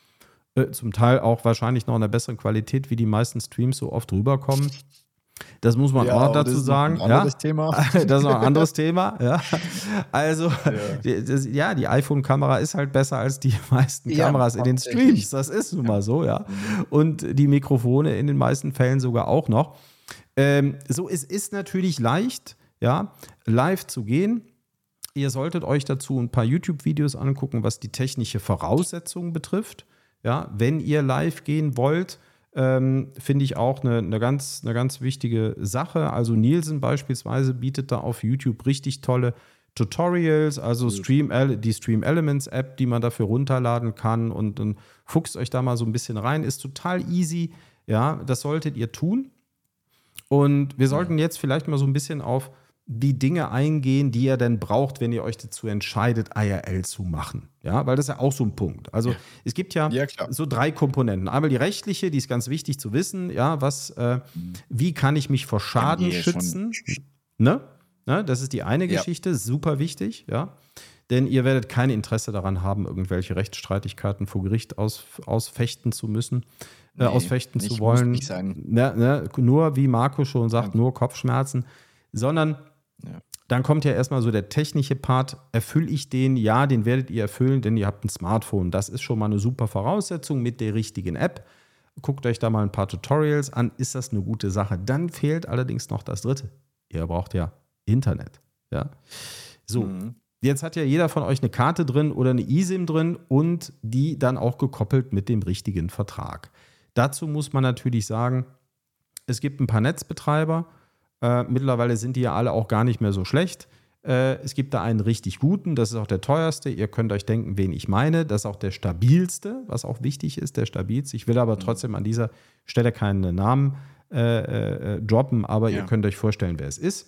Äh, zum Teil auch wahrscheinlich noch in einer besseren Qualität, wie die meisten Streams so oft rüberkommen. Das muss man Ja, auch das dazu ist sagen. ein Ja, anderes Thema. das ist noch ein anderes Thema. Ja. Also, die- das, ja, die iPhone-Kamera ist halt besser als die meisten Ja, Kameras in den tatsächlich. Streams. Das ist nun mal so, ja. Und die Mikrofone in den meisten Fällen sogar auch noch. Ähm, so, es ist natürlich leicht, ja, live zu gehen. Ihr solltet euch dazu ein paar YouTube-Videos angucken, was die technische Voraussetzungen betrifft. Ja, wenn ihr live gehen wollt, ähm, finde ich auch eine, eine, ganz, eine ganz wichtige Sache. Also Nielsen beispielsweise bietet da auf YouTube richtig tolle Tutorials, also Stream, die Stream Elements App, die man dafür runterladen kann und dann fuchst euch da mal so ein bisschen rein. Ist total easy. Ja, das solltet ihr tun. Und wir sollten jetzt vielleicht mal so ein bisschen auf die Dinge eingehen, die ihr denn braucht, wenn ihr euch dazu entscheidet, I R L zu machen. Ja, weil das ist ja auch so ein Punkt. Also es gibt ja, Ja, klar. so drei Komponenten. Einmal die rechtliche, die ist ganz wichtig zu wissen. Ja, was, äh, wie kann ich mich vor Schaden die schon- schützen? Ne? Ne? Das ist die eine Ja. Geschichte, super wichtig. Ja, denn ihr werdet kein Interesse daran haben, irgendwelche Rechtsstreitigkeiten vor Gericht aus, ausfechten zu müssen, äh, Nee, ausfechten nicht- zu muss wollen. nicht sein. Ne, ne, nur, wie Marco schon sagt, nur Kopfschmerzen, sondern Ja. dann kommt ja erstmal so der technische Part. Erfülle ich den? Ja, den werdet ihr erfüllen, denn ihr habt ein Smartphone. Das ist schon mal eine super Voraussetzung mit der richtigen App. Guckt euch da mal ein paar Tutorials an. Ist das eine gute Sache? Dann fehlt allerdings noch das Dritte. Ihr braucht ja Internet. Ja. So, Mhm. jetzt hat ja jeder von euch eine Karte drin oder eine eSIM drin und die dann auch gekoppelt mit dem richtigen Vertrag. Dazu muss man natürlich sagen, es gibt ein paar Netzbetreiber. Äh, mittlerweile sind die ja alle auch gar nicht mehr so schlecht. Äh, es gibt da einen richtig guten, das ist auch der teuerste. Ihr könnt euch denken, wen ich meine. Das ist auch der stabilste, was auch wichtig ist, der stabilste. Ich will aber trotzdem an dieser Stelle keinen Namen äh, äh, droppen, aber Ja. ihr könnt euch vorstellen, wer es ist.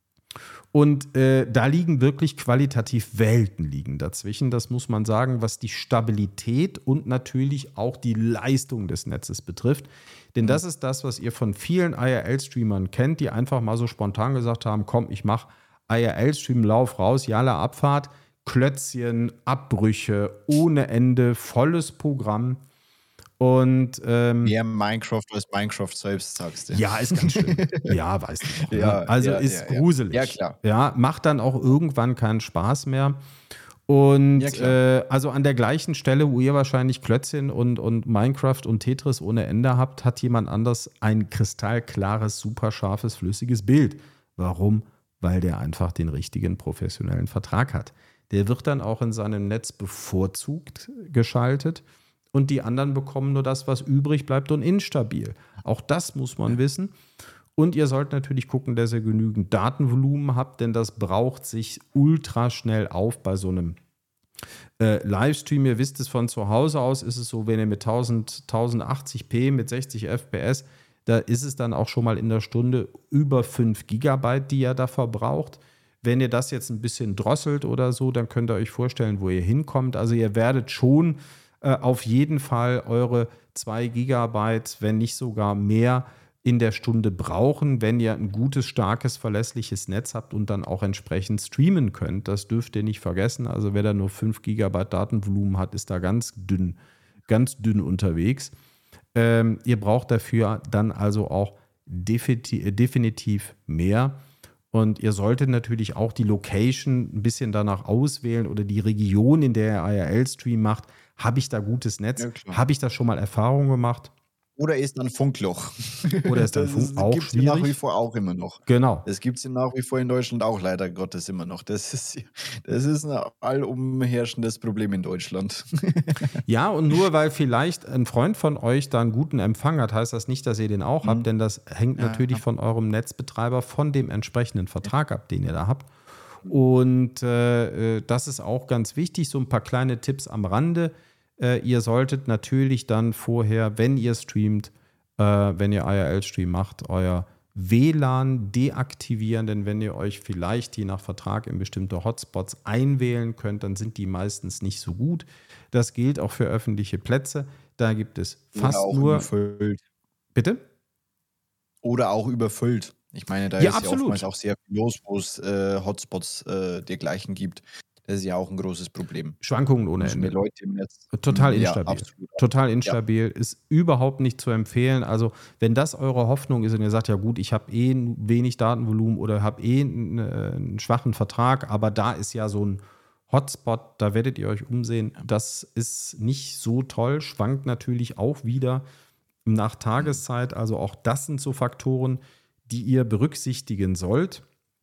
Und äh, da liegen wirklich qualitativ Welten liegen dazwischen. Das muss man sagen, was die Stabilität und natürlich auch die Leistung des Netzes betrifft. Denn das ist das, was ihr von vielen I R L-Streamern kennt, die einfach mal so spontan gesagt haben, komm, ich mache I R L-Stream, Lauf raus, Jalla, Abfahrt. Klötzchen, Abbrüche ohne Ende, volles Programm. Und ähm, mehr Minecraft als Minecraft selbst, sagst du. Ja, ist ganz schlimm. Ja, weißt du doch. Ne? Ja, also ja, ist ja, ja. gruselig. Ja, klar. Ja, macht dann auch irgendwann keinen Spaß mehr. Ja, Und klar. äh, also an der gleichen Stelle, wo ihr wahrscheinlich Klötzchen und, und Minecraft und Tetris ohne Ende habt, hat jemand anders ein kristallklares, super scharfes, flüssiges Bild. Warum? Weil der einfach den richtigen professionellen Vertrag hat. Der wird dann auch in seinem Netz bevorzugt geschaltet. Und die anderen bekommen nur das, was übrig bleibt und instabil. Auch das muss man wissen. Und ihr sollt natürlich gucken, dass ihr genügend Datenvolumen habt, denn das braucht sich ultra schnell auf bei so einem äh, Livestream. Ihr wisst es von zu Hause aus, ist es so, wenn ihr mit tausend, tausendachtzig p mit sechzig F P S, da ist es dann auch schon mal in der Stunde über fünf Gigabyte, die ihr da verbraucht. Wenn ihr das jetzt ein bisschen drosselt oder so, dann könnt ihr euch vorstellen, wo ihr hinkommt. Also ihr werdet schon auf jeden Fall eure zwei Gigabyte, wenn nicht sogar mehr, in der Stunde brauchen, wenn ihr ein gutes, starkes, verlässliches Netz habt und dann auch entsprechend streamen könnt. Das dürft ihr nicht vergessen. Also wer da nur fünf Gigabyte Datenvolumen hat, ist da ganz dünn, ganz dünn unterwegs. Ähm, ihr braucht dafür dann also auch definitiv mehr. Und ihr solltet natürlich auch die Location ein bisschen danach auswählen oder die Region, in der ihr I R L-Stream macht. Habe ich da gutes Netz? Ja, Habe ich da schon mal Erfahrung gemacht? Oder ist ein Funkloch. Oder ist ein Funk auch schwierig? Das gibt es nach wie vor auch immer noch. Genau. Das gibt es nach wie vor in Deutschland auch leider Gottes immer noch. Das ist, das ist ein allumherrschendes Problem in Deutschland. Ja, und nur weil vielleicht ein Freund von euch da einen guten Empfang hat, heißt das nicht, dass ihr den auch mhm. habt, denn das hängt ja, natürlich ja. von eurem Netzbetreiber, von dem entsprechenden Vertrag ab, den ihr da habt. Und äh, das ist auch ganz wichtig, so ein paar kleine Tipps am Rande. Äh, ihr solltet natürlich dann vorher, wenn ihr streamt, äh, wenn ihr I R L-Stream macht, euer W L A N deaktivieren, denn wenn ihr euch vielleicht je nach Vertrag in bestimmte Hotspots einwählen könnt, dann sind die meistens nicht so gut. Das gilt auch für öffentliche Plätze. Da gibt es fast Oder auch nur... Überfüllt. Bitte? Oder auch überfüllt. Ich meine, da ja, ist absolut. ja oftmals auch sehr viel los, wo es äh, Hotspots äh, dergleichen gibt. Das ist ja auch ein großes Problem. Schwankungen ohne Ende. Leute im Netz. Total instabil. Ja, Total instabil. Ja. Ist überhaupt nicht zu empfehlen. Also, wenn das eure Hoffnung ist und ihr sagt, ja gut, ich habe eh wenig Datenvolumen oder habe eh einen, einen schwachen Vertrag, aber da ist ja so ein Hotspot, da werdet ihr euch umsehen. Das ist nicht so toll, schwankt natürlich auch wieder nach Tageszeit. Also auch das sind so Faktoren, die ihr berücksichtigen sollt.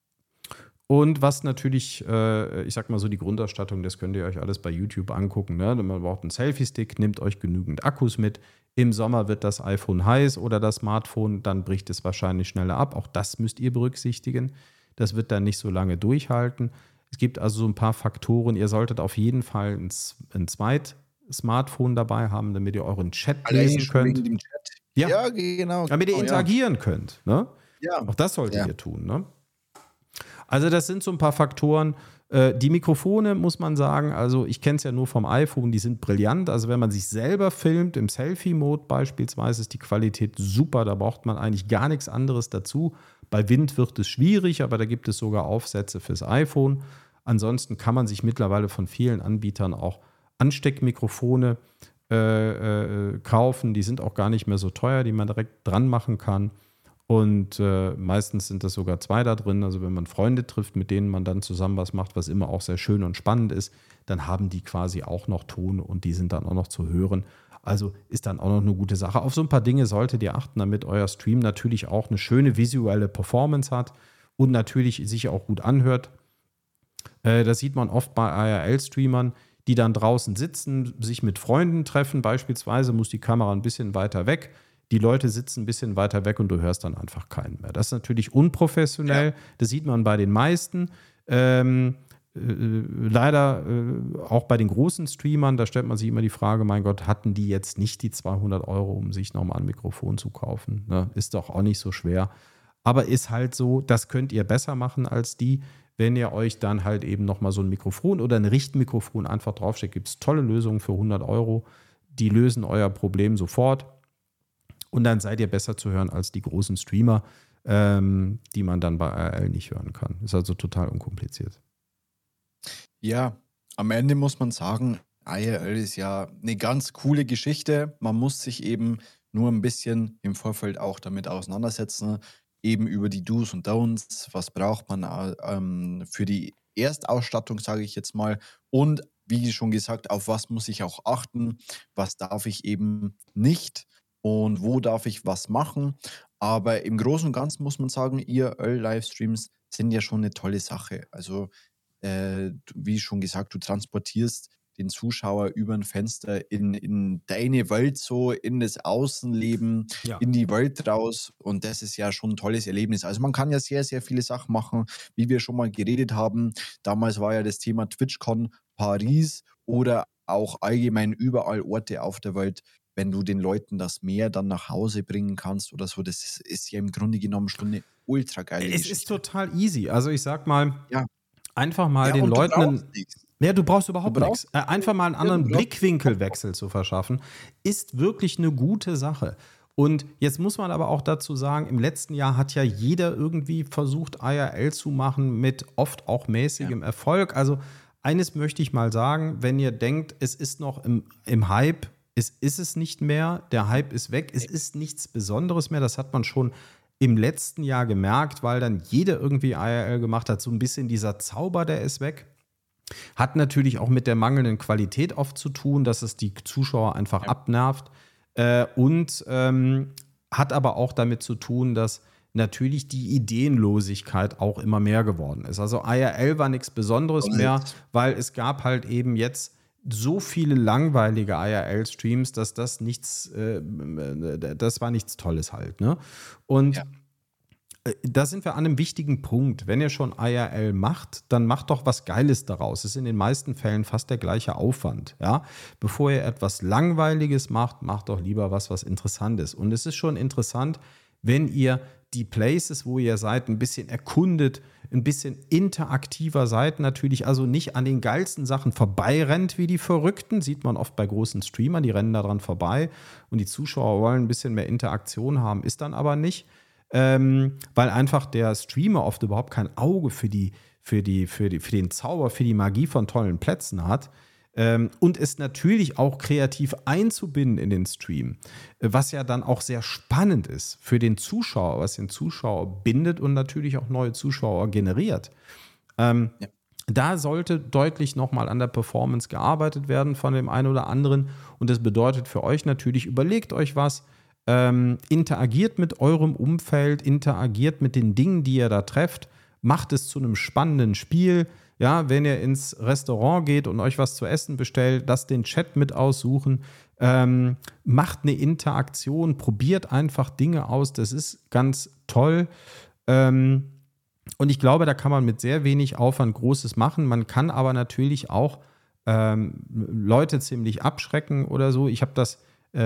Und was natürlich, äh, ich sag mal so, die Grundausstattung, das könnt ihr euch alles bei YouTube angucken. Ne? Man braucht einen Selfie-Stick, nehmt euch genügend Akkus mit. Im Sommer wird das iPhone heiß oder das Smartphone, dann bricht es wahrscheinlich schneller ab. Auch das müsst ihr berücksichtigen. Das wird dann nicht so lange durchhalten. Es gibt also so ein paar Faktoren. Ihr solltet auf jeden Fall ein, ein zweit Smartphone dabei haben, damit ihr euren Chat Allein lesen könnt. Wegen dem Chat. Ja. ja, genau. Damit ihr genau, interagieren ja. könnt. Ne? Ja. Auch das solltet ja. ihr tun. Ne? Also das sind so ein paar Faktoren. Äh, die Mikrofone, muss man sagen, also ich kenne es ja nur vom iPhone, die sind brillant. Also wenn man sich selber filmt, im Selfie-Mode beispielsweise, ist die Qualität super. Da braucht man eigentlich gar nichts anderes dazu. Bei Wind wird es schwierig, aber da gibt es sogar Aufsätze fürs iPhone. Ansonsten kann man sich mittlerweile von vielen Anbietern auch Ansteckmikrofone äh, äh, kaufen. Die sind auch gar nicht mehr so teuer, die man direkt dran machen kann. Und äh, meistens sind das sogar zwei da drin. Also wenn man Freunde trifft, mit denen man dann zusammen was macht, was immer auch sehr schön und spannend ist, dann haben die quasi auch noch Ton und die sind dann auch noch zu hören. Also ist dann auch noch eine gute Sache. Auf so ein paar Dinge solltet ihr achten, damit euer Stream natürlich auch eine schöne visuelle Performance hat und natürlich sich auch gut anhört. Äh, das sieht man oft bei I R L-Streamern, die dann draußen sitzen, sich mit Freunden treffen. Beispielsweise muss die Kamera ein bisschen weiter weg. Die Leute sitzen ein bisschen weiter weg und du hörst dann einfach keinen mehr. Das ist natürlich unprofessionell. Ja. Das sieht man bei den meisten. Ähm, äh, leider äh, auch bei den großen Streamern, da stellt man sich immer die Frage, mein Gott, hatten die jetzt nicht die zweihundert Euro, um sich nochmal ein Mikrofon zu kaufen? Ne? Ist doch auch nicht so schwer. Aber ist halt so, das könnt ihr besser machen als die, wenn ihr euch dann halt eben nochmal so ein Mikrofon oder ein Richtmikrofon einfach draufsteckt. Gibt es tolle Lösungen für hundert Euro. Die lösen euer Problem sofort. Und dann seid ihr besser zu hören als die großen Streamer, ähm, die man dann bei I R L nicht hören kann. Ist also total unkompliziert. Ja, Am Ende muss man sagen, I R L ist ja eine ganz coole Geschichte. Man muss sich eben nur ein bisschen im Vorfeld auch damit auseinandersetzen, eben über die Do's und Don'ts. Was braucht man, äh, ähm, für die Erstausstattung, sage ich jetzt mal. Und wie schon gesagt, auf was muss ich auch achten? Was darf ich eben nicht? Und wo darf ich was machen? Aber im Großen und Ganzen muss man sagen, I R L-Livestreams sind ja schon eine tolle Sache. Also äh, du- wie schon gesagt, du transportierst den Zuschauer über ein Fenster in, in deine Welt so, in das Außenleben, Ja. in die Welt raus. Und das ist ja schon ein tolles Erlebnis. Also man kann ja sehr, sehr viele Sachen machen, wie wir schon mal geredet haben. Damals war ja das Thema TwitchCon Paris oder auch allgemein überall Orte auf der Welt, wenn du den Leuten das Meer dann nach Hause bringen kannst oder so. Das ist, ist ja im Grunde genommen schon eine ultra geile Es ist Geschichte. total easy. Also ich sag mal, Ja, einfach mal ja, den und du Leuten brauchst einen, nichts. ja, du brauchst Du überhaupt brauchst nichts. Äh, einfach mal einen ja, du anderen brauchst Blickwinkelwechsel zu verschaffen, ist wirklich eine gute Sache. Und jetzt muss man aber auch dazu sagen, im letzten Jahr hat ja jeder irgendwie versucht, I R L zu machen mit oft auch ja, mäßigem Erfolg. Also eines möchte ich mal sagen, wenn ihr denkt, es ist noch im, im Hype, es ist es nicht mehr, der Hype ist weg, es ist nichts Besonderes mehr, das hat man schon im letzten Jahr gemerkt, weil dann jeder irgendwie I R L gemacht hat, so ein bisschen dieser Zauber, der ist weg. Hat natürlich auch mit der mangelnden Qualität oft zu tun, dass es die Zuschauer einfach ja, abnervt. Äh, und ähm, hat aber auch damit zu tun, dass natürlich die Ideenlosigkeit auch immer mehr geworden ist. Also I R L war nichts Besonderes so mehr, ist es. weil es gab halt eben jetzt so viele langweilige I R L-Streams, dass das nichts, äh, das war nichts Tolles halt. Ne? Und Ja, äh, da sind wir an einem wichtigen Punkt. Wenn ihr schon I R L macht, dann macht doch was Geiles daraus. Es ist in den meisten Fällen fast der gleiche Aufwand. Ja? Bevor ihr etwas Langweiliges macht, macht doch lieber was, was interessant ist. Und es ist schon interessant, wenn ihr die Places, wo ihr seid, ein bisschen erkundet, ein bisschen interaktiver seid natürlich, also nicht an den geilsten Sachen vorbeirennt wie die Verrückten, sieht man oft bei großen Streamern, die rennen daran vorbei und die Zuschauer wollen ein bisschen mehr Interaktion haben, ist dann aber nicht, ähm, weil einfach der Streamer oft überhaupt kein Auge für die, für die, für die, für den Zauber, für die Magie von tollen Plätzen hat. Ähm, und es natürlich auch kreativ einzubinden in den Stream, äh, was ja dann auch sehr spannend ist für den Zuschauer, was den Zuschauer bindet und natürlich auch neue Zuschauer generiert. Ähm, ja, Da sollte deutlich nochmal an der Performance gearbeitet werden von dem einen oder anderen. Und das bedeutet für euch natürlich, überlegt euch was, ähm, interagiert mit eurem Umfeld, interagiert mit den Dingen, die ihr da trefft, macht es zu einem spannenden Spiel. Ja, wenn ihr ins Restaurant geht und euch was zu essen bestellt, lasst den Chat mit aussuchen, ähm, macht eine Interaktion, probiert einfach Dinge aus, das ist ganz toll. Ähm, und ich glaube, da kann man mit sehr wenig Aufwand Großes machen. Man kann aber natürlich auch ähm, Leute ziemlich abschrecken oder so. Ich habe das,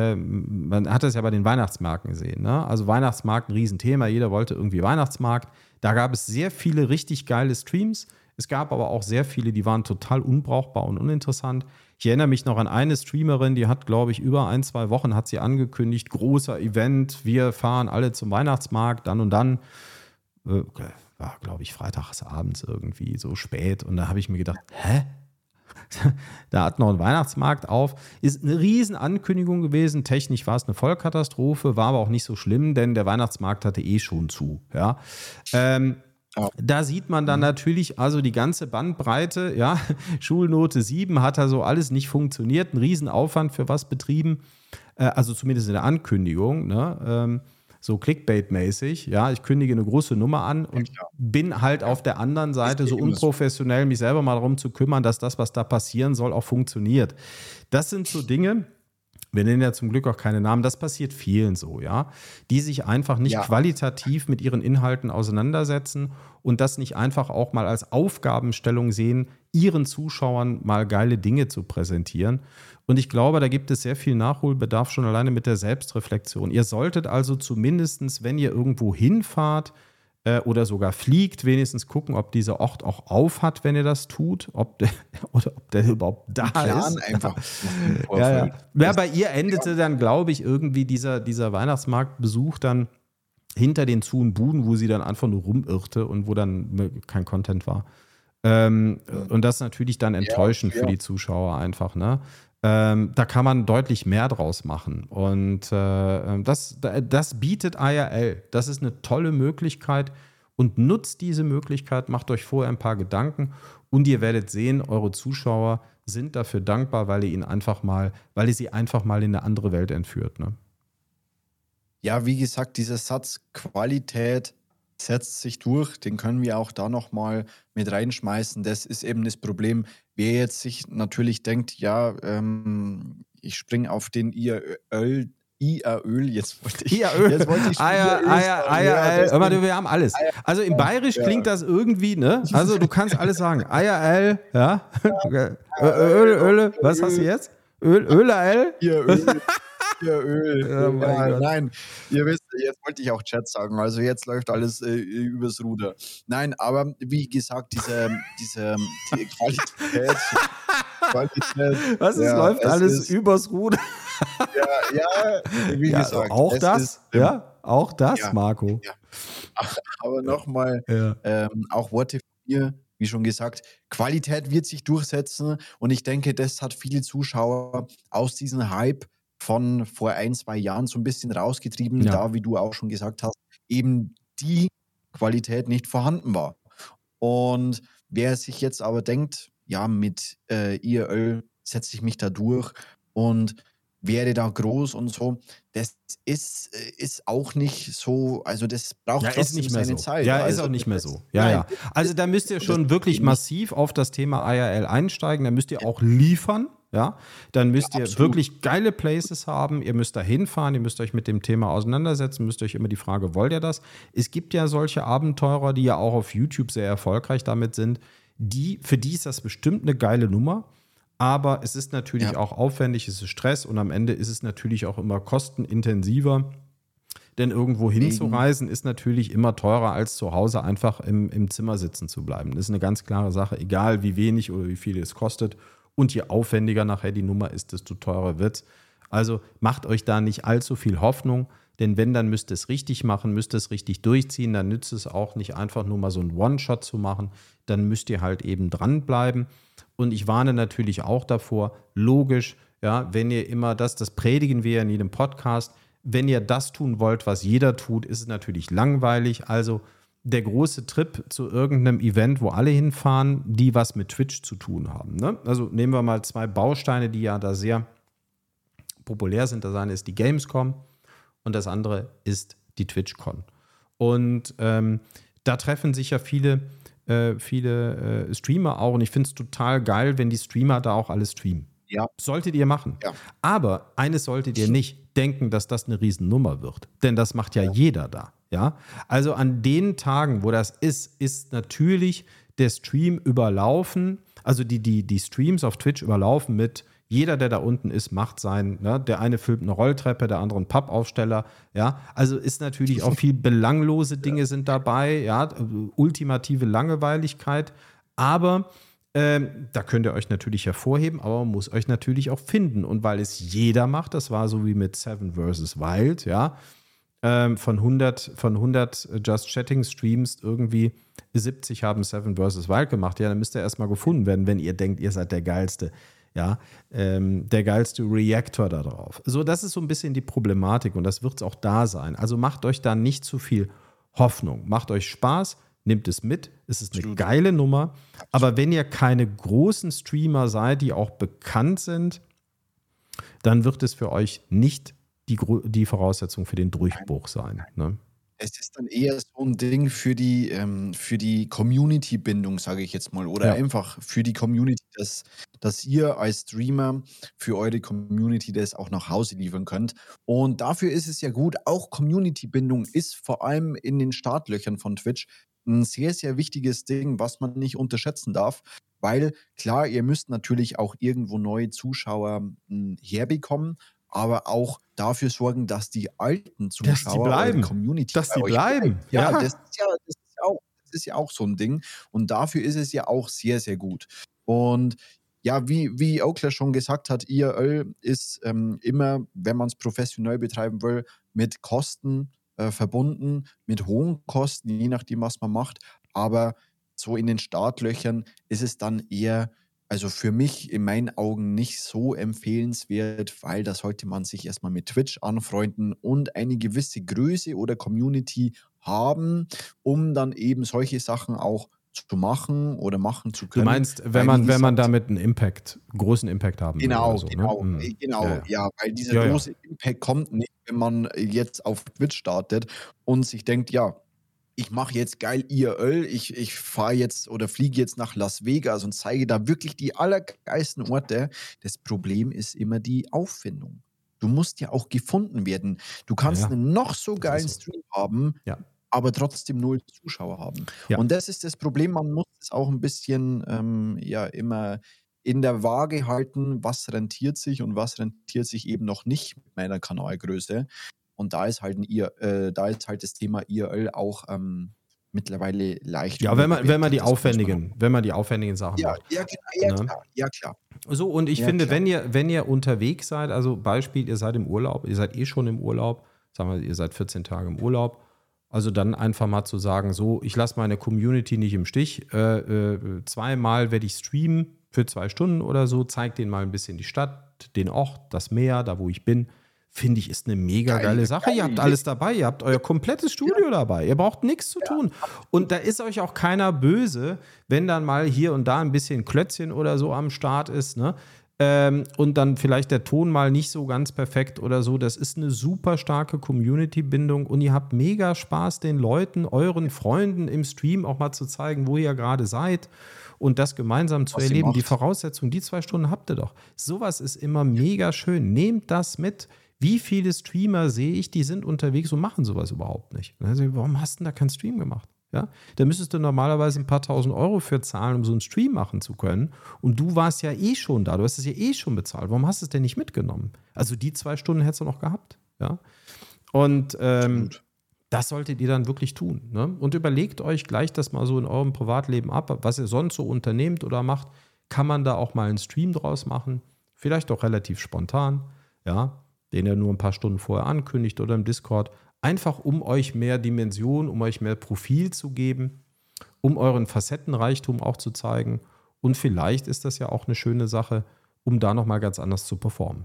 ähm, man hat das ja bei den Weihnachtsmärkten gesehen. Ne? Also Weihnachtsmarkt, ein Riesenthema. Jeder wollte irgendwie Weihnachtsmarkt. Da gab es sehr viele richtig geile Streams. Es gab aber auch sehr viele, die waren total unbrauchbar und uninteressant. Ich erinnere mich noch an eine Streamerin, die hat, glaube ich, über ein, zwei Wochen hat sie angekündigt, großer Event, wir fahren alle zum Weihnachtsmarkt, dann und dann. Äh, war, glaube ich, freitagsabends irgendwie so spät. Und da habe ich mir gedacht, hä? Da hat noch ein Weihnachtsmarkt auf. Ist eine riesen Ankündigung gewesen. Technisch war es eine Vollkatastrophe, war aber auch nicht so schlimm, denn der Weihnachtsmarkt hatte eh schon zu. Ja. Ähm, ja, Da sieht man dann mhm, natürlich also die ganze Bandbreite, ja, Schulnote sieben hat also alles nicht funktioniert, ein Riesenaufwand für was betrieben, äh, also zumindest in der Ankündigung, ne, ähm, so Clickbait-mäßig, ja, ich kündige eine große Nummer an ja und klar. bin halt Ja, auf der anderen ist Seite ja so immer so. unprofessionell, mich selber mal darum zu kümmern, dass das, was da passieren soll, auch funktioniert. Das sind so Dinge, wir nennen ja zum Glück auch keine Namen, das passiert vielen so, ja, die sich einfach nicht Ja, qualitativ mit ihren Inhalten auseinandersetzen und das nicht einfach auch mal als Aufgabenstellung sehen, ihren Zuschauern mal geile Dinge zu präsentieren. Und ich glaube, da gibt es sehr viel Nachholbedarf schon alleine mit der Selbstreflexion. Ihr solltet also zumindestens, wenn ihr irgendwo hinfahrt, äh, oder sogar fliegt, wenigstens gucken, ob dieser Ort auch auf hat, wenn ihr das tut, ob der, oder ob der überhaupt da einen Plan ist. einfach machen im Ja, ja. Vorfeld. Ja, Das, bei ihr ja, endete dann, glaube ich, irgendwie dieser, dieser Weihnachtsmarktbesuch dann hinter den Zu- und Buden, wo sie dann einfach nur rumirrte und wo dann kein Content war. Ähm, und das ist natürlich dann enttäuschend ja. für die Zuschauer einfach, ne? Ähm, da kann man deutlich mehr draus machen. Und äh, das, das bietet I R L. Das ist eine tolle Möglichkeit und nutzt diese Möglichkeit, macht euch vorher ein paar Gedanken und ihr werdet sehen, eure Zuschauer sind dafür dankbar, weil ihr ihn einfach mal, weil ihr sie einfach mal in eine andere Welt entführt, ne? Ja, wie gesagt, dieser Satz Qualität setzt sich durch, den können wir auch da nochmal mit reinschmeißen. Das ist eben das Problem. Wer jetzt sich natürlich denkt, ja, ähm, ich springe auf den I R Öl, I R Öl, jetzt wollte ich, I R Öl, jetzt wollte ich schon Eier, I R Öl Eier, sagen. Eier, Ja, Eier. Hör mal, deswegen, wir haben alles. Also im Bayerisch ja, klingt das irgendwie, ne? Also du kannst alles sagen. Eier, L, ja. Öl, Öl, was hast du jetzt? Öl, Öler, L? I R Öl. Ja, Öl. Ja, mein Ja, Gott. nein, ihr wisst, jetzt wollte ich auch Chat sagen. Also jetzt läuft alles äh, übers Ruder. Nein, aber wie gesagt, diese, diese die Qualität, Qualität. Was ist, Ja, läuft es alles ist, übers Ruder? ja, ja, wie Ja, gesagt, auch es das? ist, ähm, Ja, auch das, ja, Marco. ja. Aber nochmal, Ja. ähm, auch Worte von mir, wie schon gesagt, Qualität wird sich durchsetzen und ich denke, das hat viele Zuschauer aus diesem Hype von vor ein, zwei Jahren so ein bisschen rausgetrieben, Ja. da, wie du auch schon gesagt hast, eben die Qualität nicht vorhanden war. Und wer sich jetzt aber denkt, ja, mit äh, I R L setze ich mich da durch und werde da groß und so, das ist, äh, ist auch nicht so, also das braucht Ja, ist trotzdem nicht mehr seine so. Zeit. Ja, ist Also auch nicht mehr das, so. Ja, nein, ja. Also da müsst ihr das schon ist wirklich eben nicht massiv auf das Thema I R L einsteigen. Da müsst ihr auch liefern. Ja, dann müsst ihr absolut. wirklich geile Places haben. Ihr müsst da hinfahren, ihr müsst euch mit dem Thema auseinandersetzen, müsst euch immer die Frage, wollt ihr das? Es gibt ja solche Abenteurer, die ja auch auf YouTube sehr erfolgreich damit sind. Die, für die ist das bestimmt eine geile Nummer. Aber es ist natürlich Ja, auch aufwendig, es ist Stress und am Ende ist es natürlich auch immer kostenintensiver. Denn irgendwo wegen, hinzureisen ist natürlich immer teurer, als zu Hause einfach im, im Zimmer sitzen zu bleiben. Das ist eine ganz klare Sache, egal wie wenig oder wie viel es kostet. Und je aufwendiger nachher die Nummer ist, desto teurer wird es. Also macht euch da nicht allzu viel Hoffnung, denn wenn, dann müsst ihr es richtig machen, müsst ihr es richtig durchziehen, dann nützt es auch nicht einfach nur mal so einen One-Shot zu machen, dann müsst ihr halt eben dranbleiben. Und ich warne natürlich auch davor, logisch, ja, wenn ihr immer das, das predigen wir ja in jedem Podcast, wenn ihr das tun wollt, was jeder tut, ist es natürlich langweilig. Also der große Trip zu irgendeinem Event, wo alle hinfahren, die was mit Twitch zu tun haben. Ne? Also nehmen wir mal zwei Bausteine, die ja da sehr populär sind. Das eine ist die Gamescom und das andere ist die TwitchCon. Und ähm, da treffen sich ja viele, äh, viele äh, Streamer auch. Und ich finde es total geil, wenn die Streamer da auch alle streamen. ja, Solltet ihr machen. ja, Aber eines solltet ihr nicht denken, dass das eine Riesennummer wird. Denn das macht ja ja, jeder da. Ja? Also an den Tagen, wo das ist, ist natürlich der Stream überlaufen. Also die, die, die Streams auf Twitch überlaufen mit jeder, der da unten ist, macht sein. Ne? Der eine filmt eine Rolltreppe, der andere einen Pappaufsteller. Ja? Also ist natürlich auch viel belanglose Dinge sind dabei. Ja? Ultimative Langweiligkeit. Aber Ähm, da könnt ihr euch natürlich hervorheben, aber man muss euch natürlich auch finden. Und weil es jeder macht, das war so wie mit Seven versus. Wild, ja, ähm, von hundert, von hundert Just Chatting Streams irgendwie siebzig haben Seven versus. Wild gemacht. Ja, dann müsst ihr erstmal gefunden werden, wenn ihr denkt, ihr seid der Geilste. Ja, ähm, der geilste Reactor da drauf. So, das ist so ein bisschen die Problematik und das wird es auch da sein. Also macht euch da nicht zu viel Hoffnung. Macht euch Spaß. Nehmt es mit, es ist eine absolut. geile Nummer. Aber wenn ihr keine großen Streamer seid, die auch bekannt sind, dann wird es für euch nicht die, die Voraussetzung für den Durchbruch sein. Ne? Es ist dann eher so ein Ding für die, ähm, für die Community-Bindung, sage ich jetzt mal, oder Ja. einfach für die Community, dass, dass ihr als Streamer für eure Community das auch nach Hause liefern könnt. Und dafür ist es ja gut, auch Community-Bindung ist vor allem in den Startlöchern von Twitch ein sehr, sehr wichtiges Ding, was man nicht unterschätzen darf, weil klar, ihr müsst natürlich auch irgendwo neue Zuschauer mh, herbekommen, aber auch dafür sorgen, dass die alten Dass die Zuschauer, eure bleiben. Community Dass bei die euch bleiben. bleibt. Ja, Ja. das ist ja, das ist ja auch, das ist ja auch so ein Ding. Und dafür ist es ja auch sehr, sehr gut. Und ja, wie, wie Oakler schon gesagt hat, I R L ist ähm, immer, wenn man es professionell betreiben will, mit Kosten äh, verbunden, mit hohen Kosten, je nachdem, was man macht. Aber so in den Startlöchern ist es dann eher, also für mich in meinen Augen nicht so empfehlenswert, weil da sollte man sich erstmal mit Twitch anfreunden und eine gewisse Größe oder Community haben, um dann eben solche Sachen auch zu machen oder machen zu Du können. meinst, wenn Weil, wie man, wenn man gesagt, damit einen Impact, großen Impact haben will oder genau, so, ne? genau, Mhm. äh, genau, Ja, ja. ja, weil dieser Ja, ja. große Impact kommt nicht, wenn man jetzt auf Twitch startet und sich denkt, ja, ich mache jetzt geil I R L, ich, ich fahre jetzt oder fliege jetzt nach Las Vegas und zeige da wirklich die allergeilsten Orte. Das Problem ist immer die Auffindung. Du musst ja auch gefunden werden. Du kannst Ja, einen noch so das geilen ist so. Stream haben, Ja. aber trotzdem null Zuschauer haben. Ja. Und das ist das Problem, man muss es auch ein bisschen ähm, ja immer in der Waage halten, was rentiert sich und was rentiert sich eben noch nicht mit meiner Kanalgröße. Und da ist halt ein I R, äh, da ist halt das Thema I R L auch ähm, mittlerweile leicht Ja, wenn man, wenn man die überbewertet. Das muss man auch. aufwendigen, wenn man die aufwendigen Sachen Ja, macht. ja, klar, ja, Ne? klar, ja, klar. So, und ich Ja, finde, klar. wenn ihr, wenn ihr unterwegs seid, also Beispiel, ihr seid im Urlaub, ihr seid eh schon im Urlaub, sagen wir, ihr seid vierzehn Tage im Urlaub, also dann einfach mal zu sagen, so, ich lasse meine Community nicht im Stich, äh, äh, zweimal werde ich streamen für zwei Stunden oder so, zeig denen mal ein bisschen die Stadt, den Ort, das Meer, da wo ich bin, finde ich, ist eine mega Geil, geile Sache. geil. Ihr habt alles dabei, ihr habt euer komplettes Studio dabei, ihr braucht nichts zu tun. Und da ist euch auch keiner böse, wenn dann mal hier und da ein bisschen Klötzchen oder so am Start ist, ne? Ähm, und dann vielleicht der Ton mal nicht so ganz perfekt oder so. Das ist eine super starke Community-Bindung und ihr habt mega Spaß, den Leuten, euren Freunden im Stream auch mal zu zeigen, wo ihr gerade seid und das gemeinsam zu Was ihr erleben. Die macht. Voraussetzungen, die zwei Stunden habt ihr doch. Sowas ist immer mega schön. Nehmt das mit. Wie viele Streamer sehe ich, die sind unterwegs und machen sowas überhaupt nicht? Also, warum hast du denn da keinen Stream gemacht? Ja? Da müsstest du normalerweise ein paar tausend Euro für zahlen, um so einen Stream machen zu können. Und du warst ja eh schon da, du hast es ja eh schon bezahlt. Warum hast du es denn nicht mitgenommen? Also die zwei Stunden hättest du noch gehabt. Ja? Und ähm, Absolut. das solltet ihr dann wirklich tun. Ne? Und überlegt euch gleich das mal so in eurem Privatleben ab, was ihr sonst so unternehmt oder macht. Kann man da auch mal einen Stream draus machen? Vielleicht auch relativ spontan, ja, den ihr nur ein paar Stunden vorher ankündigt oder im Discord. Einfach um euch mehr Dimension, um euch mehr Profil zu geben, um euren Facettenreichtum auch zu zeigen. Und vielleicht ist das ja auch eine schöne Sache, um da nochmal ganz anders zu performen.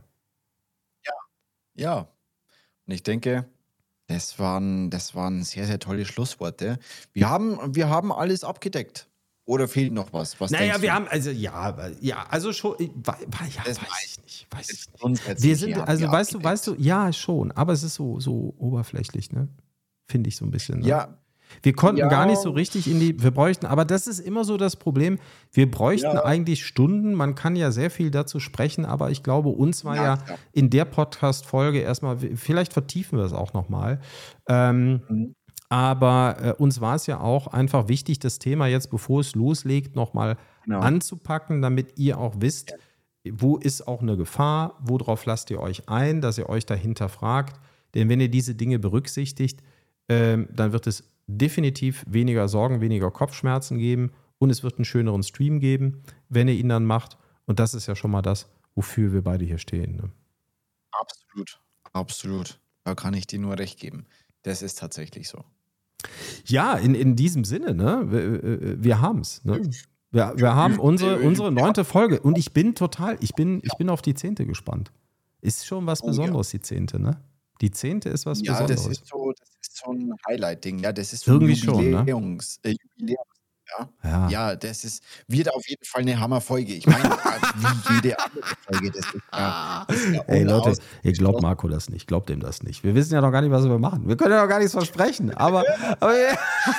Ja. Und ich denke, das waren, das waren sehr, sehr tolle Schlussworte. Wir haben, wir haben alles abgedeckt. Oder fehlt noch was? Was Naja, denkst wir du? haben, also ja, ja, also schon, ja, Das weiß ich nicht, weiß ich nicht. Grundsätzlich Wir sind, haben also wir weißt du, abgedeckt. weißt du, ja, schon, aber es ist so, so oberflächlich, ne? Finde ich so ein bisschen. Ne? Ja, Wir konnten ja. gar nicht so richtig in die, wir bräuchten, aber das ist immer so das Problem, wir bräuchten Ja. eigentlich Stunden, man kann ja sehr viel dazu sprechen, aber ich glaube, uns war Ja, ja, klar. in der Podcast-Folge erstmal, vielleicht vertiefen wir es auch nochmal, ähm, Mhm. aber äh, uns war es ja auch einfach wichtig, das Thema jetzt, bevor es loslegt, nochmal Genau. anzupacken, damit ihr auch wisst, wo ist auch eine Gefahr, worauf lasst ihr euch ein, dass ihr euch dahinter fragt. Denn wenn ihr diese Dinge berücksichtigt, ähm, dann wird es definitiv weniger Sorgen, weniger Kopfschmerzen geben und es wird einen schöneren Stream geben, wenn ihr ihn dann macht. Und das ist ja schon mal das, wofür wir beide hier stehen. Ne? Absolut. Absolut. Da kann ich dir nur recht geben. Das ist tatsächlich so. Ja, in, in diesem Sinne, ne? Wir, wir haben es. Ne? Wir, wir haben unsere, unsere neunte Folge und ich bin total, ich bin, ich bin auf die zehnte gespannt. Ist schon was Oh, ja. Besonderes, die zehnte, ne? Die zehnte ist was Ja, das Besonderes. ist so, das ist so ein Highlight-Ding. Ja, das ist so ein Irgendwie schon, ne? Jubiläums, äh, Jubiläums. Ja. Ja. ja, das ist, wird auf jeden Fall eine Hammerfolge. Ich meine, wie jede andere Folge. Das ist ja, das ist ja Ey Leute, ihr glaubt unausgeschlossen. Marco das nicht, glaubt ihm das nicht. Wir wissen ja noch gar nicht, was wir machen. Wir können ja noch gar nichts versprechen, aber, aber Ja,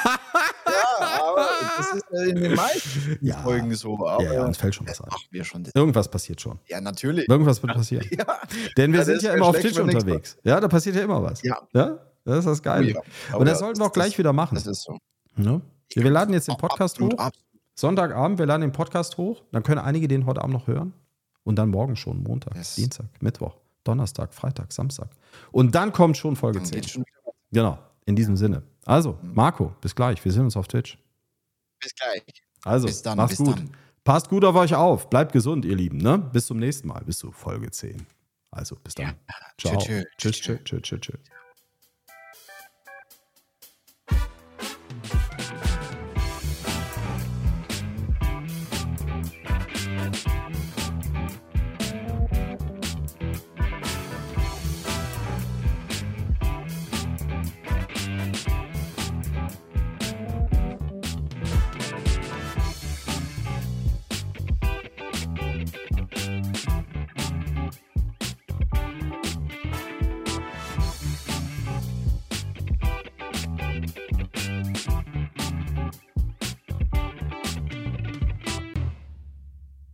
aber das ist äh, in den meisten Ja. Folgen so. Aber ja, ja, uns fällt schon was das ein. machen wir schon. Das, Irgendwas passiert schon. ja, natürlich. Irgendwas wird passieren. Ja, Denn wir Ja, sind das ja wär immer auf schlecht, Twitch wenn nichts unterwegs. Ja, da passiert ja immer was. Ja. Ja? Das ist das Geile. Oh ja. Aber Und das ja, sollten wir auch das- gleich das- wieder machen. das ist so. Ne? Wir laden jetzt den Podcast Absolut, hoch. absolut. Sonntagabend, wir laden den Podcast hoch. Dann können einige den heute Abend noch hören. Und dann morgen schon, Montag, Yes. Dienstag, Mittwoch, Donnerstag, Freitag, Samstag. Und dann kommt schon Folge Dann zehn. geht's schon wieder weiter. Genau, in diesem Sinne. Also, Marco, bis gleich. Wir sehen uns auf Twitch. Bis gleich. Also, Bis dann, macht's bis gut. dann. Passt gut auf euch auf. Bleibt gesund, ihr Lieben. Ne? Bis zum nächsten Mal, bis zu Folge zehn. Also, bis dann. Ciao. Tschö, tschö. Tschüss, tschüss, tschüss, tschüss. tschüss.